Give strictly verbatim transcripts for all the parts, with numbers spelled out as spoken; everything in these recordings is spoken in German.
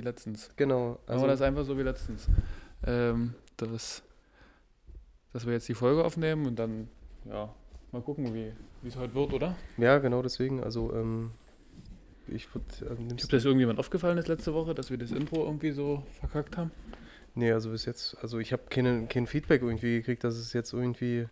letztens. Genau. Also machen wir das einfach so wie letztens. Ähm, das, dass wir jetzt die Folge aufnehmen und dann, ja, mal gucken, wie es heute wird, oder? Ja, genau deswegen. Also, ähm, ich würde... Äh, Ist das irgendjemand aufgefallen ist letzte Woche, dass wir das Intro irgendwie so verkackt haben? Nee, also bis jetzt... Also ich habe keine, kein Feedback irgendwie gekriegt, dass es jetzt irgendwie...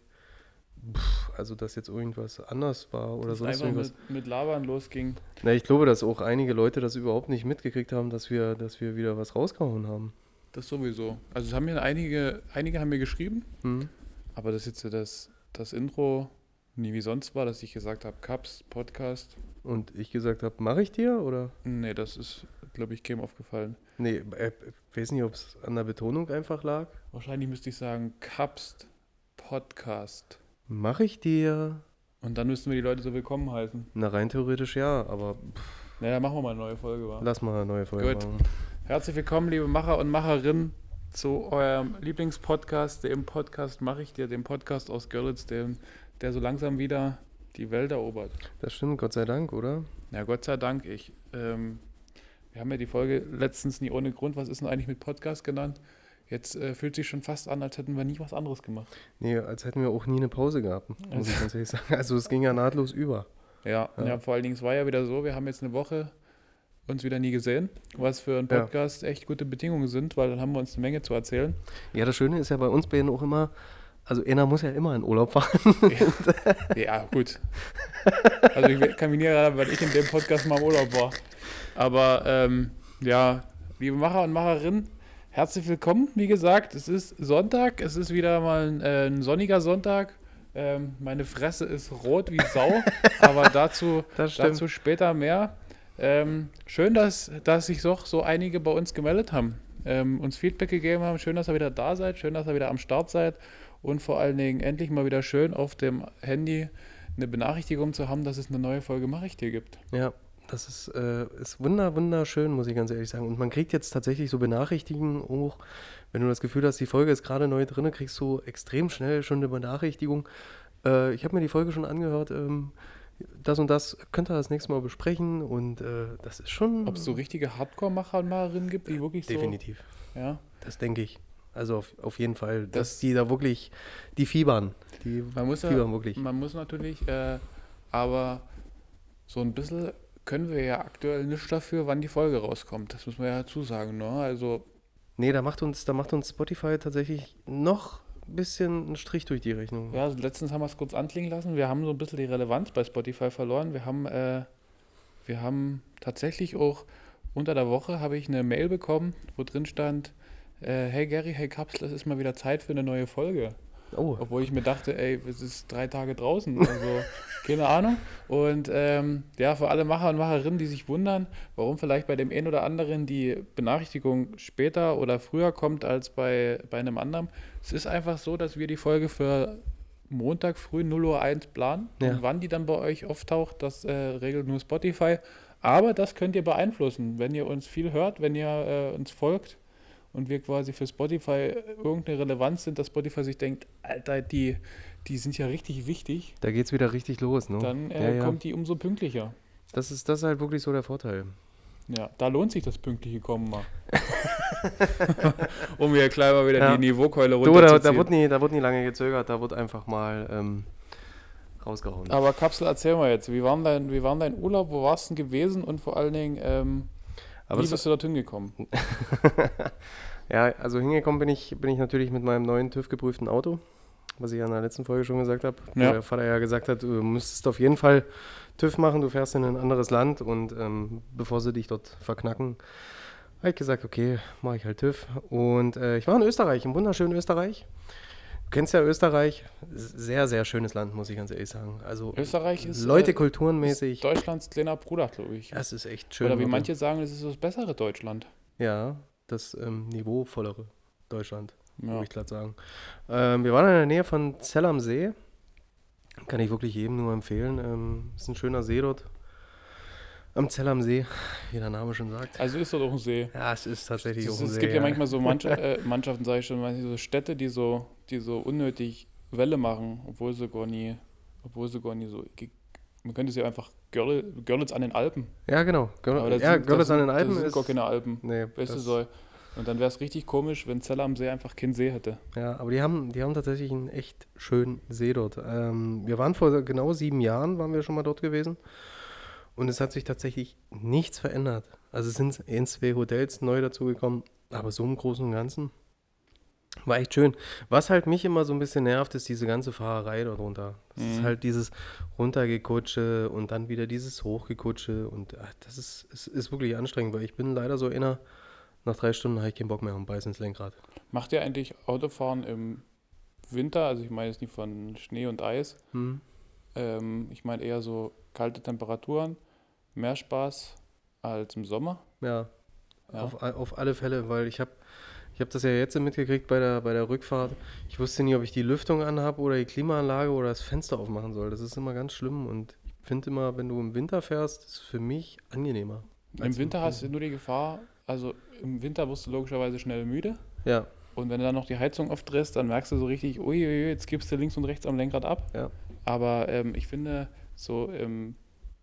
Pff, also, dass jetzt irgendwas anders war oder dass so. es einfach mit, mit Labern losging. Na, ich glaube, dass auch einige Leute das überhaupt nicht mitgekriegt haben, dass wir, dass wir wieder was rausgehauen haben. Das sowieso. Also es haben mir einige, einige haben mir geschrieben, Hm. aber das ist jetzt das, das Intro nie wie sonst war, dass ich gesagt habe, Cups, Podcast. Und ich gesagt habe, mache ich dir, oder? Nee, das ist, glaube ich, keinem aufgefallen. Nee, äh, ich weiß nicht, ob es an der Betonung einfach lag. Wahrscheinlich müsste ich sagen, Cups, Podcast. Mache ich dir. Und dann müssten wir die Leute so willkommen heißen. Na, rein theoretisch ja, aber pff, Naja, machen wir mal eine neue Folge, wa? lass mal eine neue Folge Gut. machen. Herzlich willkommen, liebe Macher und Macherinnen, zu eurem Lieblingspodcast, dem Podcast Mach ich dir, dem Podcast aus Görlitz, dem, der so langsam wieder die Welt erobert. Das stimmt, Gott sei Dank, oder? Ja, Gott sei Dank. Ich, ähm, wir haben ja die Folge letztens nie ohne Grund, was ist denn eigentlich mit Podcast genannt? Jetzt äh, fühlt sich schon fast an, als hätten wir nie was anderes gemacht. Nee, als hätten wir auch nie eine Pause gehabt, muss Also- ich ganz ehrlich sagen. Also es ging ja nahtlos über. Ja, Ja. ja. vor allen Dingen, es war ja wieder so, wir haben jetzt eine Woche uns wieder nie gesehen, was für einen Ja. Podcast echt gute Bedingungen sind, weil dann haben wir uns eine Menge zu erzählen. Ja, das Schöne ist ja bei uns beiden auch immer, also einer muss ja immer in Urlaub fahren. Ja, gut. Also ich kann mich nie erinnern, weil ich in dem Podcast mal im Urlaub war. Aber ähm, ja, liebe Macher und Macherinnen, herzlich willkommen. Wie gesagt, es ist Sonntag, es ist wieder mal ein, äh, ein sonniger Sonntag. Ähm, meine Fresse ist rot wie Sau, aber dazu, Das stimmt. dazu später mehr. Ähm, schön, dass, dass sich doch so einige bei uns gemeldet haben, ähm, uns Feedback gegeben haben. Schön, dass ihr wieder da seid, schön, dass ihr wieder am Start seid und vor allen Dingen endlich mal wieder schön auf dem Handy eine Benachrichtigung zu haben, dass es eine neue Folge Mach ich dir gibt. Ja, das ist, äh, ist wunder, wunderschön, muss ich ganz ehrlich sagen. Und man kriegt jetzt tatsächlich so Benachrichtigungen auch, wenn du das Gefühl hast, die Folge ist gerade neu drin, kriegst du extrem schnell schon eine Benachrichtigung. Äh, ich habe mir die Folge schon angehört, ähm, das und das könnt ihr das nächste Mal besprechen und äh, das ist schon... Ob es so richtige Hardcore-Macher und Macherinnen gibt, die wirklich Definitiv, so... Ja. das denke ich. Also auf, auf jeden Fall, dass Das- die da wirklich, die fiebern. Die Man muss, ja, fiebern wirklich. man muss natürlich, äh, aber so ein bisschen können wir ja aktuell nicht dafür, wann die Folge rauskommt. Das muss man ja dazu sagen, ne? Also, Nee, da macht uns, da macht uns Spotify tatsächlich noch ein bisschen einen Strich durch die Rechnung. ja, also letztens haben wir es kurz anklingen lassen. Wir haben so ein bisschen die Relevanz bei Spotify verloren. Wir haben, äh, wir haben tatsächlich auch unter der Woche habe ich eine Mail bekommen, wo drin stand, äh, hey Gary, hey Kapsel, es ist mal wieder Zeit für eine neue Folge. Oh, Obwohl ich mir dachte, ey, es ist drei Tage draußen, also keine Ahnung. Und ähm, ja, für alle Macher und Macherinnen, die sich wundern, warum vielleicht bei dem einen oder anderen die Benachrichtigung später oder früher kommt als bei, bei einem anderen. Es ist einfach so, dass wir die Folge für Montag früh null Uhr eins planen. Ja. Und wann die dann bei euch auftaucht, das äh, regelt nur Spotify. Aber das könnt ihr beeinflussen, wenn ihr uns viel hört, wenn ihr äh, uns folgt. Und wir quasi für Spotify irgendeine Relevanz sind, dass Spotify sich denkt, Alter, die, die sind ja richtig wichtig, da geht's wieder richtig los, ne? dann äh, ja, ja. kommt die umso pünktlicher. Das ist, das ist halt wirklich so der Vorteil. Ja, da lohnt sich das pünktliche Kommen mal. Um hier gleich mal wieder Ja. die Niveaukeule Du, da, runterzuziehen. da, wird nie, da wird nie lange gezögert, da wird einfach mal ähm, rausgehauen. Aber Kapsel, erzähl mal jetzt, wie war denn dein, wie war denn dein Urlaub, wo warst du denn gewesen und vor allen Dingen, ähm, Aber wie das- bist du dorthin gekommen? Ja, also hingekommen bin ich, bin ich natürlich mit meinem neuen TÜV-geprüften Auto, was ich ja in der letzten Folge schon gesagt habe. Wo Ja. der Vater ja gesagt hat, du müsstest auf jeden Fall TÜV machen, du fährst in ein anderes Land und ähm, bevor sie dich dort verknacken, habe ich gesagt, okay, mache ich halt TÜV. Und äh, ich war in Österreich, im wunderschönen Österreich. Du kennst ja Österreich, sehr, sehr schönes Land, muss ich ganz ehrlich sagen. Also Österreich ist, Leute äh, kulturenmäßig, ist Deutschlands kleiner Bruder, glaube ich. das ist echt schön. Oder wie Leute. manche sagen, es ist das bessere Deutschland. Ja, das ähm, niveauvollere Deutschland, Ja. würde ich glatt sagen. Ähm, wir waren in der Nähe von Zell am See. Kann ich wirklich jedem nur empfehlen. Ähm, ist ein schöner See dort. Am Zell am See, wie der Name schon sagt. Also ist dort auch ein See. Ja, es ist tatsächlich Das auch ein ist, es See. gibt ja manchmal so manche, äh, Mannschaften, sage ich schon, manche so Städte, die so, die so unnötig Welle machen, obwohl sie gar nie, obwohl sie gar nie so ge man könnte es ja einfach Görl, Görlitz an den Alpen. Ja, genau. Görl, Aber das ja, sind, Görlitz das an sind, den Alpen das sind ist... gar keine Alpen. Nee, Weißt du, das, so. Und dann wäre es richtig komisch, wenn Zell am See einfach keinen See hätte. ja, aber die haben, die haben tatsächlich einen echt schönen See dort. Ähm, wir waren vor genau sieben Jahren, waren wir schon mal dort gewesen. Und es hat sich tatsächlich nichts verändert. Also es sind ein, zwei Hotels neu dazugekommen, aber so im Großen und Ganzen war echt schön. Was halt mich immer so ein bisschen nervt, ist diese ganze Fahrerei dort runter. Das Mhm. ist halt dieses Runtergekutsche und dann wieder dieses Hochgekutsche. Und ach, das ist, ist, ist wirklich anstrengend, weil ich bin leider so inner, nach drei Stunden habe ich keinen Bock mehr und beiß ins Lenkrad. Macht ihr eigentlich Autofahren im Winter? Also ich meine jetzt nicht von Schnee und Eis. Hm? Ähm, ich meine eher so kalte Temperaturen, mehr Spaß als im Sommer. Ja, Ja. auf, a- auf alle Fälle, weil ich habe ich hab das ja jetzt mitgekriegt bei der, bei der Rückfahrt. Ich wusste nie, ob ich die Lüftung anhabe oder die Klimaanlage oder das Fenster aufmachen soll. Das ist immer ganz schlimm und ich finde immer, wenn du im Winter fährst, ist es für mich angenehmer. Im als Winter hast du nur die Gefahr, also im Winter wirst du logischerweise schnell müde. Ja, Und wenn du dann noch die Heizung aufdrehst, dann merkst du so richtig, uiuiui, jetzt gibst du links und rechts am Lenkrad ab. ja. Aber ähm, ich finde, so, ähm,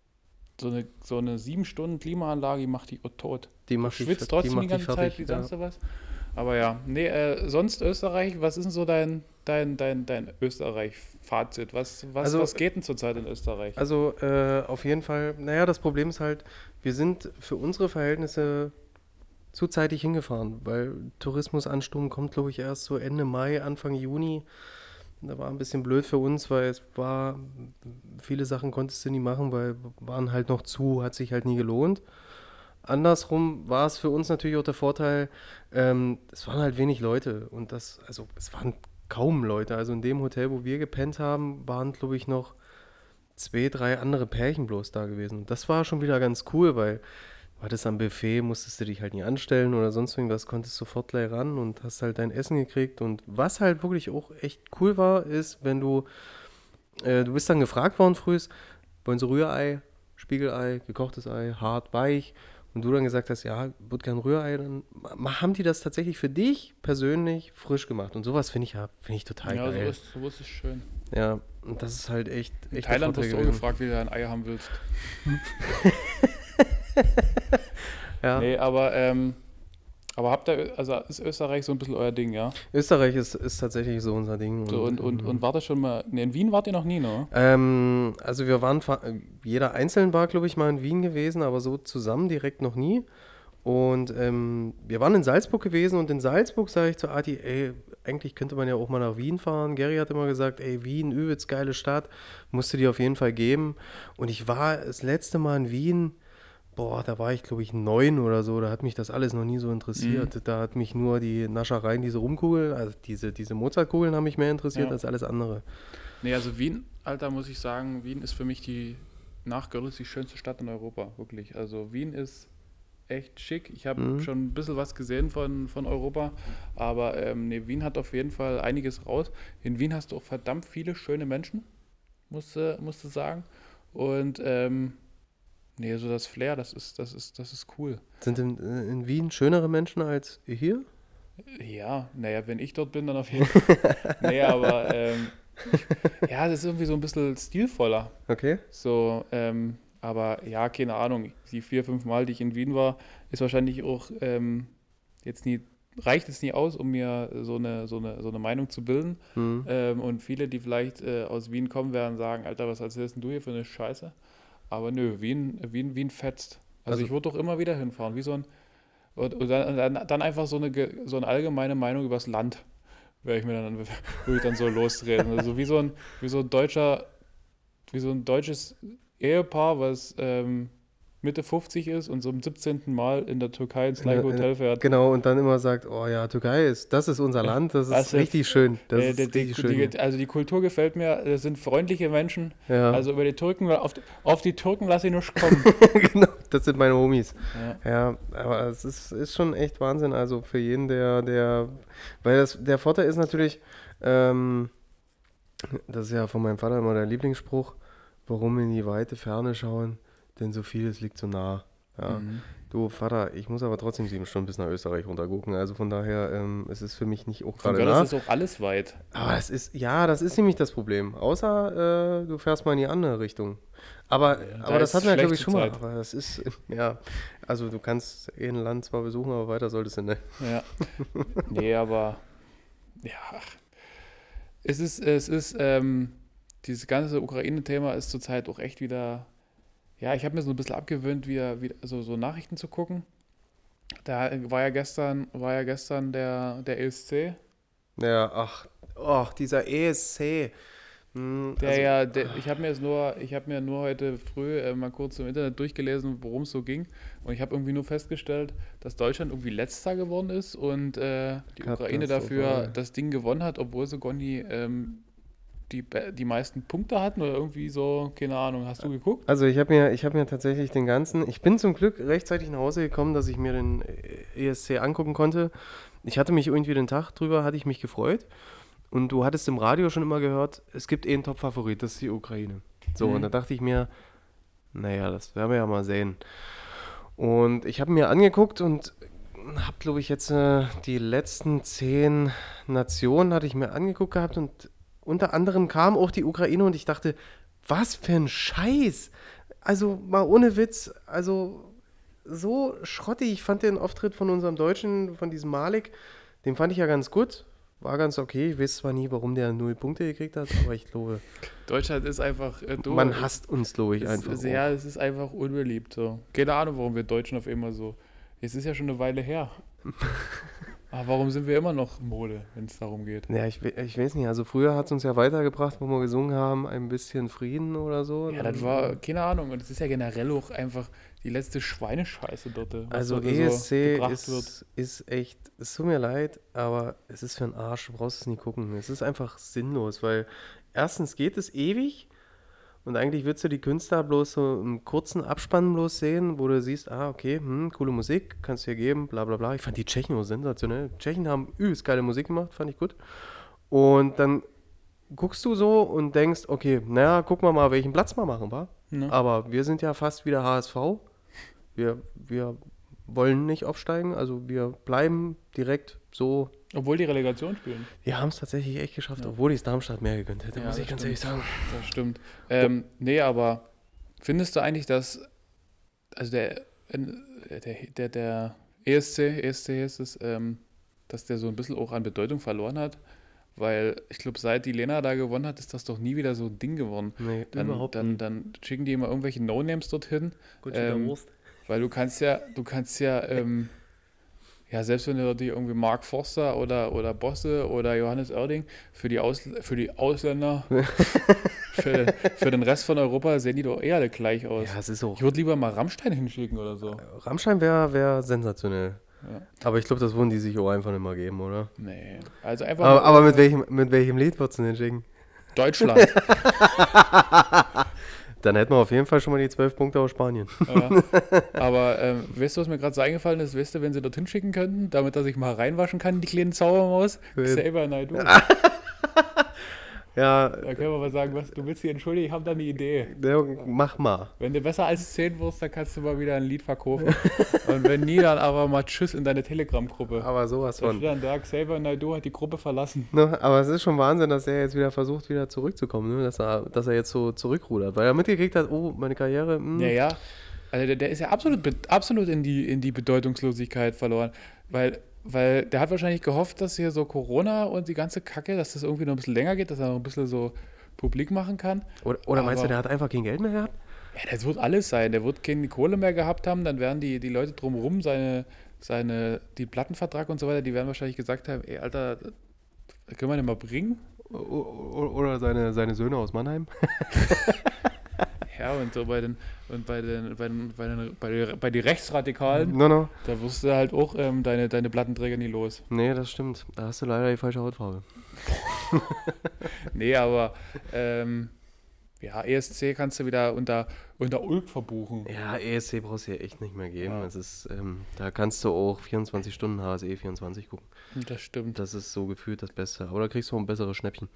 so eine, so eine sieben Stunden Klimaanlage, die macht dich tot. Die Du macht dich schwitzt fer- trotzdem die, macht dich ganze Zeit fertig, wie ja. sonst was. Aber ja, nee, äh, sonst Österreich, was ist denn so dein, dein, dein, dein Österreich-Fazit? Was, was, Also- was geht denn zurzeit in Österreich? Also äh, auf jeden Fall, naja, das Problem ist halt, wir sind für unsere Verhältnisse zu zeitig hingefahren, weil Tourismusansturm kommt, glaube ich, erst so Ende Mai, Anfang Juni. Da war ein bisschen blöd für uns, weil es war, viele Sachen konntest du nie machen, weil waren halt noch zu, hat sich halt nie gelohnt. Andersrum war es für uns natürlich auch der Vorteil, ähm, es waren halt wenig Leute und das, also es waren kaum Leute. Also in dem Hotel, wo wir gepennt haben, waren, glaube ich, noch zwei, drei andere Pärchen bloß da gewesen. Und das war schon wieder ganz cool, weil du hattest am Buffet, musstest du dich halt nie anstellen oder sonst irgendwas, konntest sofort gleich ran und hast halt dein Essen gekriegt. Und was halt wirklich auch echt cool war, ist, wenn du, äh, du bist dann gefragt worden frühs, wollen sie Rührei, Spiegelei, gekochtes Ei, hart, weich. Und du dann gesagt hast, ja, wird gern Rührei, dann ma- haben die das tatsächlich für dich persönlich frisch gemacht. Und sowas finde ich ja, finde ich total ja, so geil. ist, so ist es schön. Ja, und das ist halt echt, In echt Thailand der wirst du auch Vorteil gefragt, wie du ein Ei haben willst. Ja. Nee, aber, ähm, aber habt ihr, also ist Österreich so ein bisschen euer Ding, ja? Österreich ist, ist tatsächlich so unser Ding. So, und, und, und wart ihr schon mal, nee, in Wien wart ihr noch nie, ne? Ähm, also wir waren, fa- jeder einzeln war, glaube ich, mal in Wien gewesen, aber so zusammen direkt noch nie. Und ähm, wir waren in Salzburg gewesen und in Salzburg sage ich zu Arti, ey, eigentlich könnte man ja auch mal nach Wien fahren. Gary hat immer gesagt, ey, Wien, übelst geile Stadt, musst du dir auf jeden Fall geben. Und ich war das letzte Mal in Wien, boah, da war ich, glaube ich, neun oder so, da hat mich das alles noch nie so interessiert. Da hat mich nur die Naschereien, diese Rumkugeln, also diese, diese Mozartkugeln haben mich mehr interessiert Ja. als alles andere. Nee, also Wien, Alter, muss ich sagen, Wien ist für mich die, nach Görlitz die schönste Stadt in Europa, wirklich. Also Wien ist echt schick. Ich habe Mhm. schon ein bisschen was gesehen von, von Europa, aber ähm, nee, Wien hat auf jeden Fall einiges raus. In Wien hast du auch verdammt viele schöne Menschen, musst du, musst du sagen. Und ähm, nee, so das Flair, das ist, das ist, das ist cool. Sind in, in Wien schönere Menschen als hier? Ja, naja, wenn ich dort bin, dann auf jeden Fall. Nee, aber ähm, ja, das ist irgendwie so ein bisschen stilvoller. Okay. So, ähm, aber ja, keine Ahnung. Die vier, fünf Mal, die ich in Wien war, ist wahrscheinlich auch ähm, jetzt nie, reicht es nie aus, um mir so eine, so eine, so eine Meinung zu bilden. Mhm. Ähm, und viele, die vielleicht äh, aus Wien kommen, werden sagen, Alter, was erzählst denn du hier für eine Scheiße? Aber nö, Wien, Wien, Wien fetzt. Also, Also- ich würde doch immer wieder hinfahren, wie so ein, und, und dann, dann, dann einfach so eine, ge- so eine allgemeine Meinung übers Land, werde ich mir dann, würde ich dann so losreden. Also wie so ein, wie so ein deutscher, wie so ein deutsches Ehepaar, was ähm, Mitte fünfzig ist und so zum siebzehnten Mal in der Türkei ins gleiche In der- Hotel fährt. Genau, und dann immer sagt, oh ja, Türkei ist, das ist unser Land, das ist Also, richtig schön. Das Äh, ist die, die, richtig schön. die, also die Kultur gefällt mir, das sind freundliche Menschen. Ja, Also über die Türken, auf, die- auf die Türken lasse ich nicht kommen. genau, das sind meine Homies. Ja. Ja, aber es ist, ist schon echt Wahnsinn. Also für jeden, der, der, weil das, der Vorteil ist natürlich, ähm, das ist ja von meinem Vater immer der Lieblingsspruch, warum in die weite Ferne schauen, denn so vieles liegt so nah. Ja. Mhm. Du, Vater, ich muss aber trotzdem sieben Stunden bis nach Österreich runtergucken. Also von daher, ähm, es ist für mich nicht auch Von gerade Gott, nah. das ist auch alles weit. Aber es ist, ja, das ist nämlich das Problem. Außer äh, du fährst mal in die andere Richtung. Aber, Ja, aber da das ist hatten wir, glaube ich, schlechte schon mal. Zeit. Aber das ist, ja, also du kannst ein Land zwar besuchen, aber weiter solltest du nicht. Ja. Nee, aber ja. ach. Es ist, es ist, ähm, dieses ganze Ukraine-Thema ist zurzeit auch echt wieder. Ja, ich habe mir so ein bisschen abgewöhnt, wieder, wieder so, so Nachrichten zu gucken. Da war ja gestern, war ja gestern der, der E S C, Ja, ach, oh, dieser E S C. Hm, der also, ja, der, ich habe mir jetzt nur, ich habe mir nur heute früh äh, mal kurz im Internet durchgelesen, worum es so ging. Und ich habe irgendwie nur festgestellt, dass Deutschland irgendwie Letzter geworden ist und äh, die Ukraine dafür katastrophal. das Ding gewonnen hat, obwohl sie gar nie ähm, die, be- die meisten Punkte hatten oder irgendwie so, keine Ahnung. Hast du geguckt? Also ich habe mir, ich habe mir tatsächlich den ganzen, ich bin zum Glück rechtzeitig nach Hause gekommen, dass ich mir den E S C angucken konnte. Ich hatte mich irgendwie den Tag drüber, hatte ich mich gefreut. Und du hattest im Radio schon immer gehört, es gibt eh einen Top-Favorit, das ist die Ukraine. So, und Mhm. da dachte ich mir, naja, das werden wir ja mal sehen. Und ich habe mir angeguckt und habe, glaube ich, jetzt äh, die letzten zehn Nationen hatte ich mir angeguckt gehabt und unter anderem kam auch die Ukraine und ich dachte, was für ein Scheiß. Also mal ohne Witz, also so schrottig. Ich fand den Auftritt von unserem Deutschen, von diesem Malik, den fand ich ja ganz gut. War ganz okay. Ich weiß zwar nie, warum der null Punkte gekriegt hat, aber ich glaube, Deutschland ist einfach äh, du. man hasst uns, glaube ich, Es einfach. ist, auch. ja, es ist einfach unbeliebt. So. Keine Ahnung, warum wir Deutschen auf immer so. Es ist ja schon eine Weile her. Aber warum sind wir immer noch Mode, wenn es darum geht? Ja, ich, we- ich weiß nicht. Also früher hat es uns ja weitergebracht, wo wir gesungen haben, ein bisschen Frieden oder so. Ja, Dann, das war, keine Ahnung. Und es ist ja generell auch einfach die letzte Schweinescheiße dort, was Also dort E S C so gebracht wird. ist, ist echt, es tut mir leid, aber es ist für einen Arsch, du brauchst es nie gucken. Es ist einfach sinnlos, weil erstens geht es ewig und eigentlich würdest du die Künstler bloß so einen kurzen Abspann bloß sehen, wo du siehst, ah, okay, hm, coole Musik, kannst du hier geben, bla bla bla. Ich fand die Tschechen auch sensationell. Tschechen haben übelst geile Musik gemacht, fand ich gut. Und dann guckst du so und denkst, okay, naja, gucken wir mal, welchen Platz wir machen, wa? Ne? Aber wir sind ja fast wieder H S V. Wir, wir wollen nicht aufsteigen, also wir bleiben direkt so. Obwohl die Relegation spielen. Wir haben es tatsächlich echt geschafft, Ja. obwohl ich es Darmstadt mehr gegönnt hätte, Ja, muss das ich ganz stimmt. ehrlich sagen. Das stimmt. Ähm, nee, aber findest du eigentlich, dass, also der, der, der, der E S C, E S C ist es, ähm, dass der so ein bisschen auch an Bedeutung verloren hat? Weil ich glaube, seit die Lena da gewonnen hat, ist das doch nie wieder so ein Ding geworden. Nee, Dann, überhaupt dann, nicht. dann schicken die immer irgendwelche No-Names dorthin. Gut, ähm, Wurst. Weil du kannst ja, du kannst ja, ähm, ja, selbst wenn du dir irgendwie Mark Forster oder, oder Bosse oder Johannes Oerding für die, Aus, für die Ausländer, für, für den Rest von Europa sehen die doch eher alle gleich aus. Ja, es ist so. Ich würde lieber mal Rammstein hinschicken oder so. Rammstein wäre wär sensationell. Ja. Aber ich glaube, das würden die sich auch einfach nicht mal geben, oder? Nee, also einfach Aber, mal aber mit, welchem, mit welchem Lied würdest du denn schicken? Deutschland. Dann hätten wir auf jeden Fall schon mal die zwölf Punkte aus Spanien. Ja. Aber ähm, weißt du, was mir gerade so eingefallen ist? Weißt du, wenn sie dorthin schicken könnten, damit er sich mal reinwaschen kann, die kleinen Zaubermaus? Wen? Xavier Naidoo. Ja, Da können wir mal sagen, was du willst dich entschuldigen, ich habe da eine Idee. der, mach mal. Wenn du besser als zehn wirst, dann kannst du mal wieder ein Lied verkaufen. Und wenn nie, dann aber mal Tschüss in deine Telegram-Gruppe. Aber sowas Da von. steht dann da, Xavier Naidoo hat die Gruppe verlassen. Ne, aber es ist schon Wahnsinn, dass er jetzt wieder versucht, wieder zurückzukommen, ne? dass, er, dass er jetzt so zurückrudert, weil er mitgekriegt hat, oh, meine Karriere, mh. Ja, ja. Also der, der ist ja absolut, be- absolut in die, in die Bedeutungslosigkeit verloren. Weil, weil der hat wahrscheinlich gehofft, dass hier so Corona und die ganze Kacke, dass das irgendwie noch ein bisschen länger geht, dass er noch ein bisschen so publik machen kann. Oder, oder meinst du, Aber- der hat einfach kein Geld mehr gehabt? Ja, das wird alles sein. Der wird keine Kohle mehr gehabt haben, dann werden die, die Leute drumherum seine, seine, die Plattenvertrag und so weiter, die werden wahrscheinlich gesagt haben, ey, Alter, das können wir nicht mal bringen. O- o- Oder seine, seine Söhne aus Mannheim? Ja, und so bei den, und bei den, bei den, bei den, bei den, bei den Rechtsradikalen, No, no. da wirst du halt auch ähm, deine, deine Plattenträger nie los. Nee, das stimmt. Da hast du leider die falsche Hautfarbe. Nee, aber ähm, Ja, E S C kannst du wieder unter, unter Ulk verbuchen. Ja, E S C brauchst du ja echt nicht mehr geben. Ja. Es ist, ähm, da kannst du auch vierundzwanzig Stunden H S E vierundzwanzig gucken. Das stimmt. Das ist so gefühlt das Beste. Aber da kriegst du auch ein besseres Schnäppchen.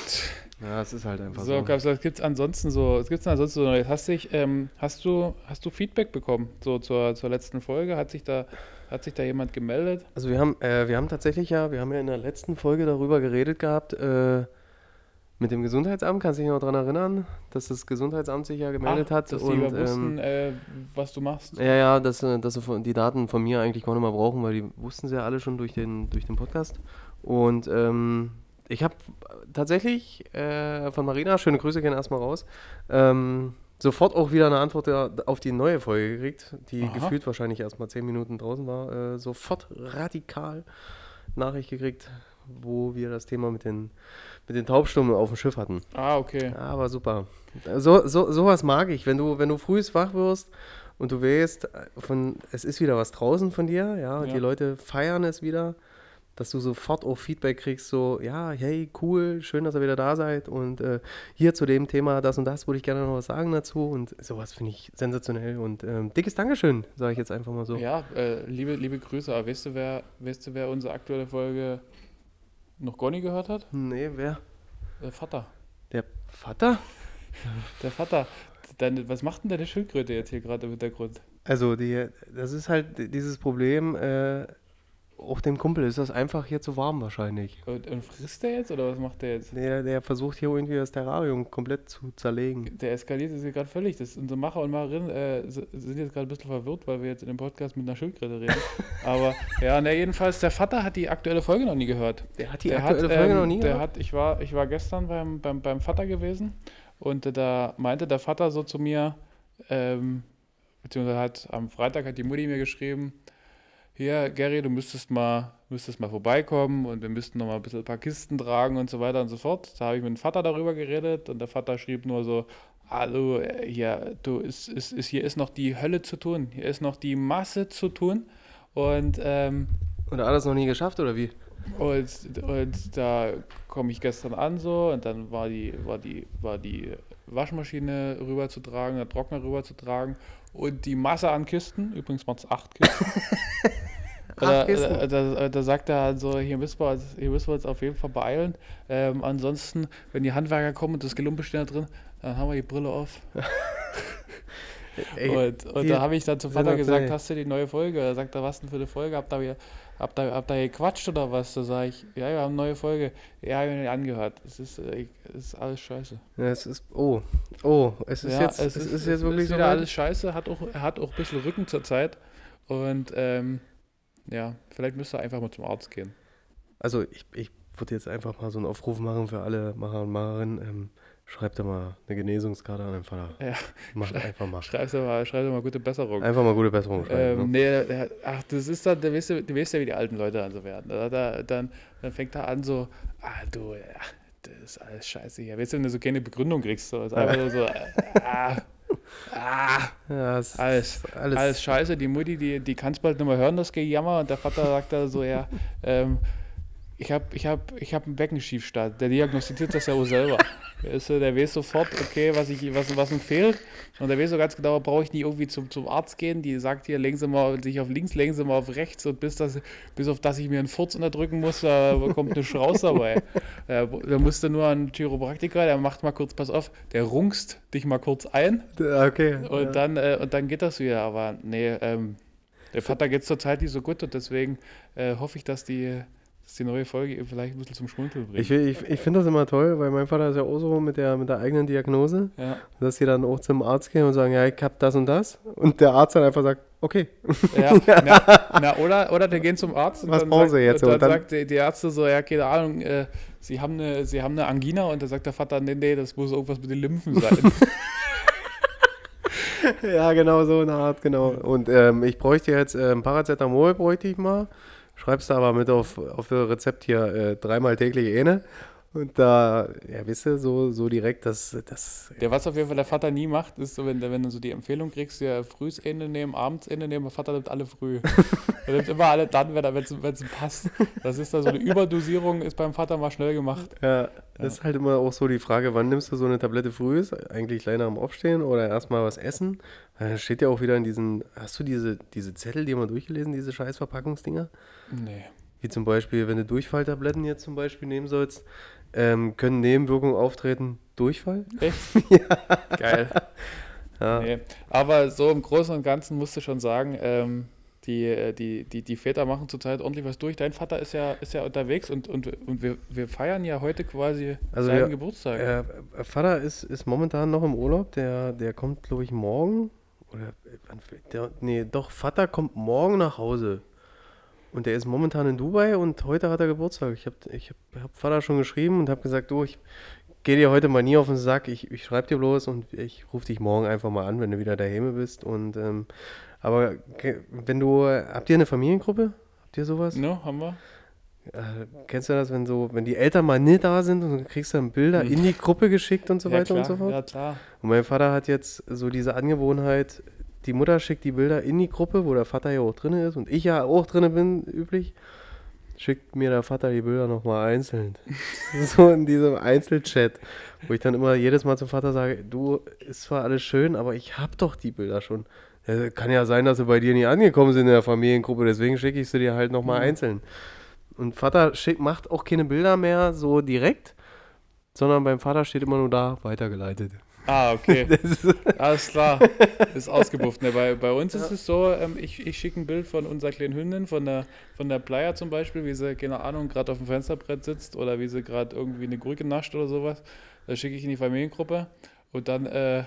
Ja, es ist halt einfach So, so. Kapsel, was gibt's ansonsten so? Was gibt's denn ansonsten so? Neues? Hast, dich, ähm, hast, du, hast du Feedback bekommen so zur, zur letzten Folge? Hat sich da, hat sich da jemand gemeldet? Also wir haben, äh, wir haben tatsächlich ja, wir haben ja in der letzten Folge darüber geredet gehabt, äh, mit dem Gesundheitsamt, kannst du dich noch daran erinnern, dass das Gesundheitsamt sich ja gemeldet Ach, hat dass und die wussten, ähm, äh, was du machst. ja, ja, dass, äh, dass sie von- die Daten von mir eigentlich gar nicht mehr brauchen, weil die wussten sie ja alle schon durch den, durch den Podcast. Und ähm, ich habe tatsächlich äh, von Marina, schöne Grüße gehen erstmal raus, ähm, sofort auch wieder eine Antwort der, auf die neue Folge gekriegt, die Aha. gefühlt wahrscheinlich erstmal zehn Minuten draußen war. Äh, sofort radikal Nachricht gekriegt, wo wir das Thema mit den, mit den Taubstummen auf dem Schiff hatten. Ah, okay. Ja, aber super. So, so, sowas mag ich, wenn du, wenn du früh wach wirst und du weißt, von, es ist wieder was draußen von dir, ja, und Ja. die Leute feiern es wieder, dass du sofort auch Feedback kriegst, so, ja, hey, cool, schön, dass ihr wieder da seid und äh, hier zu dem Thema das und das würde ich gerne noch was sagen dazu und sowas finde ich sensationell und ähm, dickes Dankeschön, sage ich jetzt einfach mal so. Ja, äh, liebe, liebe Grüße. Aber weißt du, wer, weißt du, wer unsere aktuelle Folge noch gar nie gehört hat? Nee, wer? Der Vater. Der Vater? Der Vater. Deine, was macht denn deine Schildkröte jetzt hier gerade im Hintergrund? Also, die, das ist halt dieses Problem, äh, auch dem Kumpel ist das einfach hier zu warm wahrscheinlich. Und, und frisst der jetzt oder was macht der jetzt? Der, der versucht hier irgendwie das Terrarium komplett zu zerlegen. Der eskaliert jetzt hier gerade völlig. Das, unsere Macher und Macherinnen äh, s- sind jetzt gerade ein bisschen verwirrt, weil wir jetzt in dem Podcast mit einer Schildkröte reden. Aber ja, ne, jedenfalls, der Vater hat die aktuelle Folge noch nie gehört. Der hat die Der aktuelle hat, Folge ähm, noch nie der gehört? hat, ich war, ich war gestern beim, beim, beim Vater gewesen und äh, da meinte der Vater so zu mir, ähm, beziehungsweise hat am Freitag hat die Mutti mir geschrieben, hier, Gary, du müsstest mal, müsstest mal vorbeikommen und wir müssten noch mal ein bisschen ein paar Kisten tragen und so weiter und so fort. Da habe ich mit dem Vater darüber geredet und der Vater schrieb nur so, hallo, äh, hier, du, ist, ist, ist, hier ist noch die Hölle zu tun, hier ist noch die Masse zu tun und ähm, Und er hat das noch nie geschafft, oder wie? und, und da komme ich gestern an so und dann war die, war die, war die Waschmaschine rüberzutragen, der Trockner rüberzutragen und die Masse an Kisten, übrigens waren es acht Kisten. Da, Acht Kisten? da, da, da sagt er also, hier müssen wir uns, hier müssen wir uns auf jeden Fall beeilen. Ähm, ansonsten, wenn die Handwerker kommen und das Gelumpe steht da drin, dann haben wir die Brille auf. Ey, Und, und die- da habe ich dann zum Vater sensationell. gesagt, hast du die neue Folge? Da sagt er, was denn für eine Folge? Habt ihr, habt ihr, habt ihr gequatscht oder was? Da sage ich, ja, wir haben eine neue Folge. Ja, ich habe mir nicht angehört. Es ist, äh, es ist alles scheiße. Ja, es ist, oh, oh, es ist Ja, jetzt, es ist, jetzt wirklich ist so wieder weit. alles scheiße. Hat auch, er hat auch ein bisschen Rücken zur Zeit. Und ähm, ja, vielleicht müsste er einfach mal zum Arzt gehen. Also ich, ich würde jetzt einfach mal so einen Aufruf machen für alle Macher und Macherinnen. Ähm, schreibt da mal eine Genesungskarte an den Vater. Ja, Macht einfach mal. schreib dir mal, schreib dir mal gute Besserung. Einfach mal gute Besserung schreiben. Ähm, ne? nee, der- ach, das ist dann, du weißt ja, du weißt ja, wie die alten Leute dann so werden. Da, da, dann, dann fängt er an so, ah du, ja, das ist alles scheiße hier. Weißt du, wenn du so keine Begründung kriegst, so, ist einfach nur so, ah, ah, Ja, es alles, ist alles, alles scheiße. Die Mutti, die, die kann es bald nicht mehr hören, das Gejammer. Und der Vater sagt da so, ja, ähm, ich habe ich hab, ich hab einen Beckenschiefstand. Der diagnostiziert das ja auch selber. Weißt du, der weiß sofort, okay, was, ich, was, was ihm fehlt. Und der weiß so ganz genau, brauche ich nicht irgendwie zum, zum Arzt gehen. Die sagt hier, lenken Sie mal sich auf links, lenken Sie mal auf rechts. Und bis, das, bis auf das ich mir einen Furz unterdrücken muss, da kommt eine Schraus dabei. Äh, da musst du nur einen Chiropraktiker, der macht mal kurz, pass auf, der rungst dich mal kurz ein. Ja, okay. Und, ja. dann, äh, und dann geht das wieder. Aber nee, ähm, der Vater geht es zurzeit nicht so gut. Und deswegen äh, hoffe ich, dass die... dass die neue Folge ihr vielleicht ein bisschen zum Schmunzeln bringt. Ich, ich, ich finde das immer toll, weil mein Vater ist ja auch so mit der, mit der eigenen Diagnose, ja. dass die dann auch zum Arzt gehen und sagen, ja, ich hab das und das. Und der Arzt dann einfach sagt, okay. Ja, na, na, oder, oder wir gehen zum Arzt und Was dann, brauchen sagt, Sie jetzt? und dann, Und dann- sagt die, die Ärzte so, ja, keine Ahnung, äh, sie, haben eine, sie haben eine Angina und dann sagt der Vater, nee, nee, das muss irgendwas mit den Lymphen sein. Ja, genau so eine Art, genau. Und ähm, ich bräuchte jetzt ähm, Paracetamol, bräuchte ich mal. Schreibst du aber mit auf, auf das Rezept hier äh, dreimal täglich eine. Und da, ja, wisst ihr, so, so direkt, das, das Der, was auf jeden Fall der Vater nie macht, ist so, wenn, wenn du so die Empfehlung kriegst, ja, frühs Ende nehmen, abends Ende nehmen, der Vater nimmt alle früh. Er nimmt immer alle dann, wenn es ihm passt. Das ist da so eine Überdosierung, ist beim Vater mal schnell gemacht. Ja, das ist halt immer auch so die Frage, wann nimmst du so eine Tablette früh? Eigentlich gleich nach dem Aufstehen oder erstmal was essen? Da steht ja auch wieder in diesen, hast du diese, diese Zettel, die mal durchgelesen, diese scheiß Verpackungsdinger? Nee. Wie zum Beispiel, wenn du Durchfalltabletten jetzt zum Beispiel nehmen sollst, ähm, können Nebenwirkungen auftreten, Durchfall? Echt? Ja. Geil. Ja. Nee. Aber so im Großen und Ganzen musst du schon sagen, ähm, die, die, die, die Väter machen zurzeit ordentlich was durch. Dein Vater ist ja, ist ja unterwegs und, und, und wir, wir feiern ja heute quasi Also seinen ja, Geburtstag. Äh, Vater ist, ist momentan noch im Urlaub, der, der kommt, glaube ich, morgen. Oder, der, nee, doch, Vater kommt morgen nach Hause. Und der ist momentan in Dubai und heute hat er Geburtstag. Ich habe ich hab, hab Vater schon geschrieben und habe gesagt, du, ich gehe dir heute mal nie auf den Sack. Ich, ich schreibe dir bloß und ich rufe dich morgen einfach mal an, wenn du wieder daheim bist. Und, ähm, aber wenn du, habt ihr eine Familiengruppe? Habt ihr sowas? No, haben wir. Äh, kennst du das, wenn so, wenn die Eltern mal nicht da sind und du kriegst dann Bilder Hm. in die Gruppe geschickt und so Ja, weiter klar. und so fort? Ja, klar. Und mein Vater hat jetzt so diese Angewohnheit, die Mutter schickt die Bilder in die Gruppe, wo der Vater ja auch drin ist und ich ja auch drin bin, üblich, schickt mir der Vater die Bilder nochmal einzeln. So in diesem Einzelchat, wo ich dann immer jedes Mal zum Vater sage, du, ist zwar alles schön, aber ich hab doch die Bilder schon. Ja, kann ja sein, dass sie bei dir nie angekommen sind in der Familiengruppe, deswegen schicke ich sie dir halt nochmal Mhm. einzeln. Und Vater schick, macht auch keine Bilder mehr so direkt, sondern beim Vater steht immer nur da, weitergeleitet. Ah, okay. Das ist, Alles klar. Ist ausgebucht. Ne, bei, bei uns ist es so, ähm, ich, ich schicke ein Bild von unserer kleinen Hündin, von der, von der Playa zum Beispiel, wie sie, keine Ahnung, gerade auf dem Fensterbrett sitzt oder wie sie gerade irgendwie eine Gurke nascht oder sowas. Das schicke ich in die Familiengruppe und dann äh,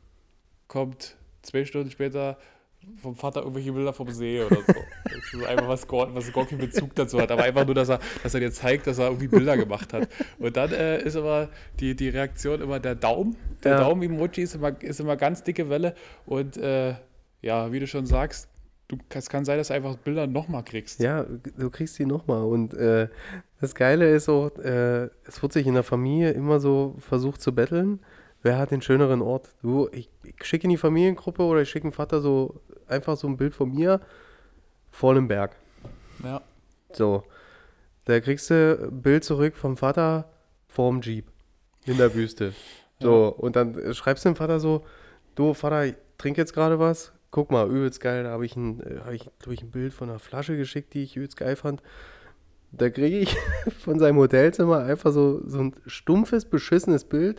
kommt zwei Stunden später vom Vater irgendwelche Bilder vom See oder so. Das ist einfach was, gar- was gar keinen Bezug dazu hat, aber einfach nur, dass er, dass er dir zeigt, dass er irgendwie Bilder gemacht hat. Und dann äh, ist aber die, die Reaktion immer der Daumen. Der Ja. Daumen-Emoji ist immer, ist immer ganz dicke Welle und äh, ja, wie du schon sagst, du, es kann sein, dass du einfach Bilder nochmal kriegst. ja, du kriegst die nochmal. Und äh, das Geile ist so, äh, es wird sich in der Familie immer so versucht zu betteln. Wer hat den schöneren Ort? Du, ich, ich schicke in die Familiengruppe oder ich schicke dem Vater so einfach so ein Bild von mir vor einem Berg. Ja. So, da kriegst du ein Bild zurück vom Vater vorm Jeep in der Wüste. So, und dann äh, schreibst du dem Vater so, du Vater, ich trinke jetzt gerade was, guck mal, übelst geil, da habe ich, ein, äh, hab ich glaube ich, ein Bild von einer Flasche geschickt, die ich übelst geil fand. Da kriege ich von seinem Hotelzimmer einfach so, so ein stumpfes, beschissenes Bild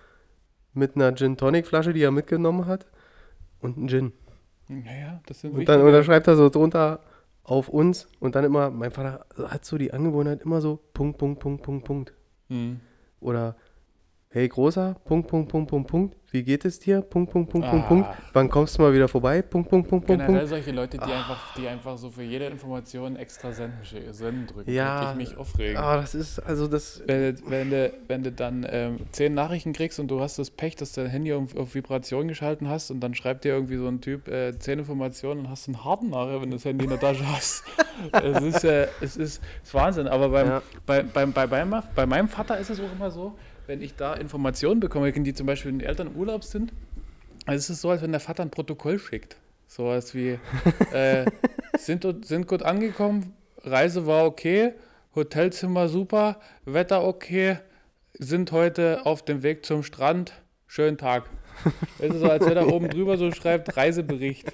mit einer Gin-Tonic-Flasche, die er mitgenommen hat und ein Gin. Naja, das sind Und dann wichtige- unterschreibt er so drunter auf uns und dann immer, mein Vater hat so die Angewohnheit immer so Punkt, Punkt, Punkt, Punkt, Punkt. Hm. Oder hey Großer, Punkt, Punkt, Punkt, Punkt, Punkt, wie geht es dir? Punkt, Punkt, Punkt, Punkt, Punkt. Ah. Wann kommst du mal wieder vorbei? Punkt, Punkt, Punkt, Punkt, Generell Punkt. solche Leute, die, einfach, die einfach so für jede Information extra senden, sch- senden drücken, Ja. könnte ich mich aufregen. Ah, das ist, also das, Wenn, du- wenn, du, wenn du dann ähm, zehn Nachrichten kriegst und du hast das Pech, dass du dein Handy auf, auf Vibration geschalten hast und dann schreibt dir irgendwie so ein Typ äh, zehn Informationen und hast einen harten nachher, wenn du das Handy in der Tasche hast. Es ist, äh, es ist, es ist Wahnsinn. Aber beim, Ja. bei, beim, bei, meinem, bei meinem Vater ist es auch immer so, wenn ich da Informationen bekomme, die zum Beispiel den Eltern im Urlaub sind, also es ist so, als wenn der Vater ein Protokoll schickt. Sowas wie, äh, sind, sind gut angekommen, Reise war okay, Hotelzimmer super, Wetter okay, sind heute auf dem Weg zum Strand, schönen Tag. Es ist so, als wenn er oben drüber so schreibt, Reisebericht.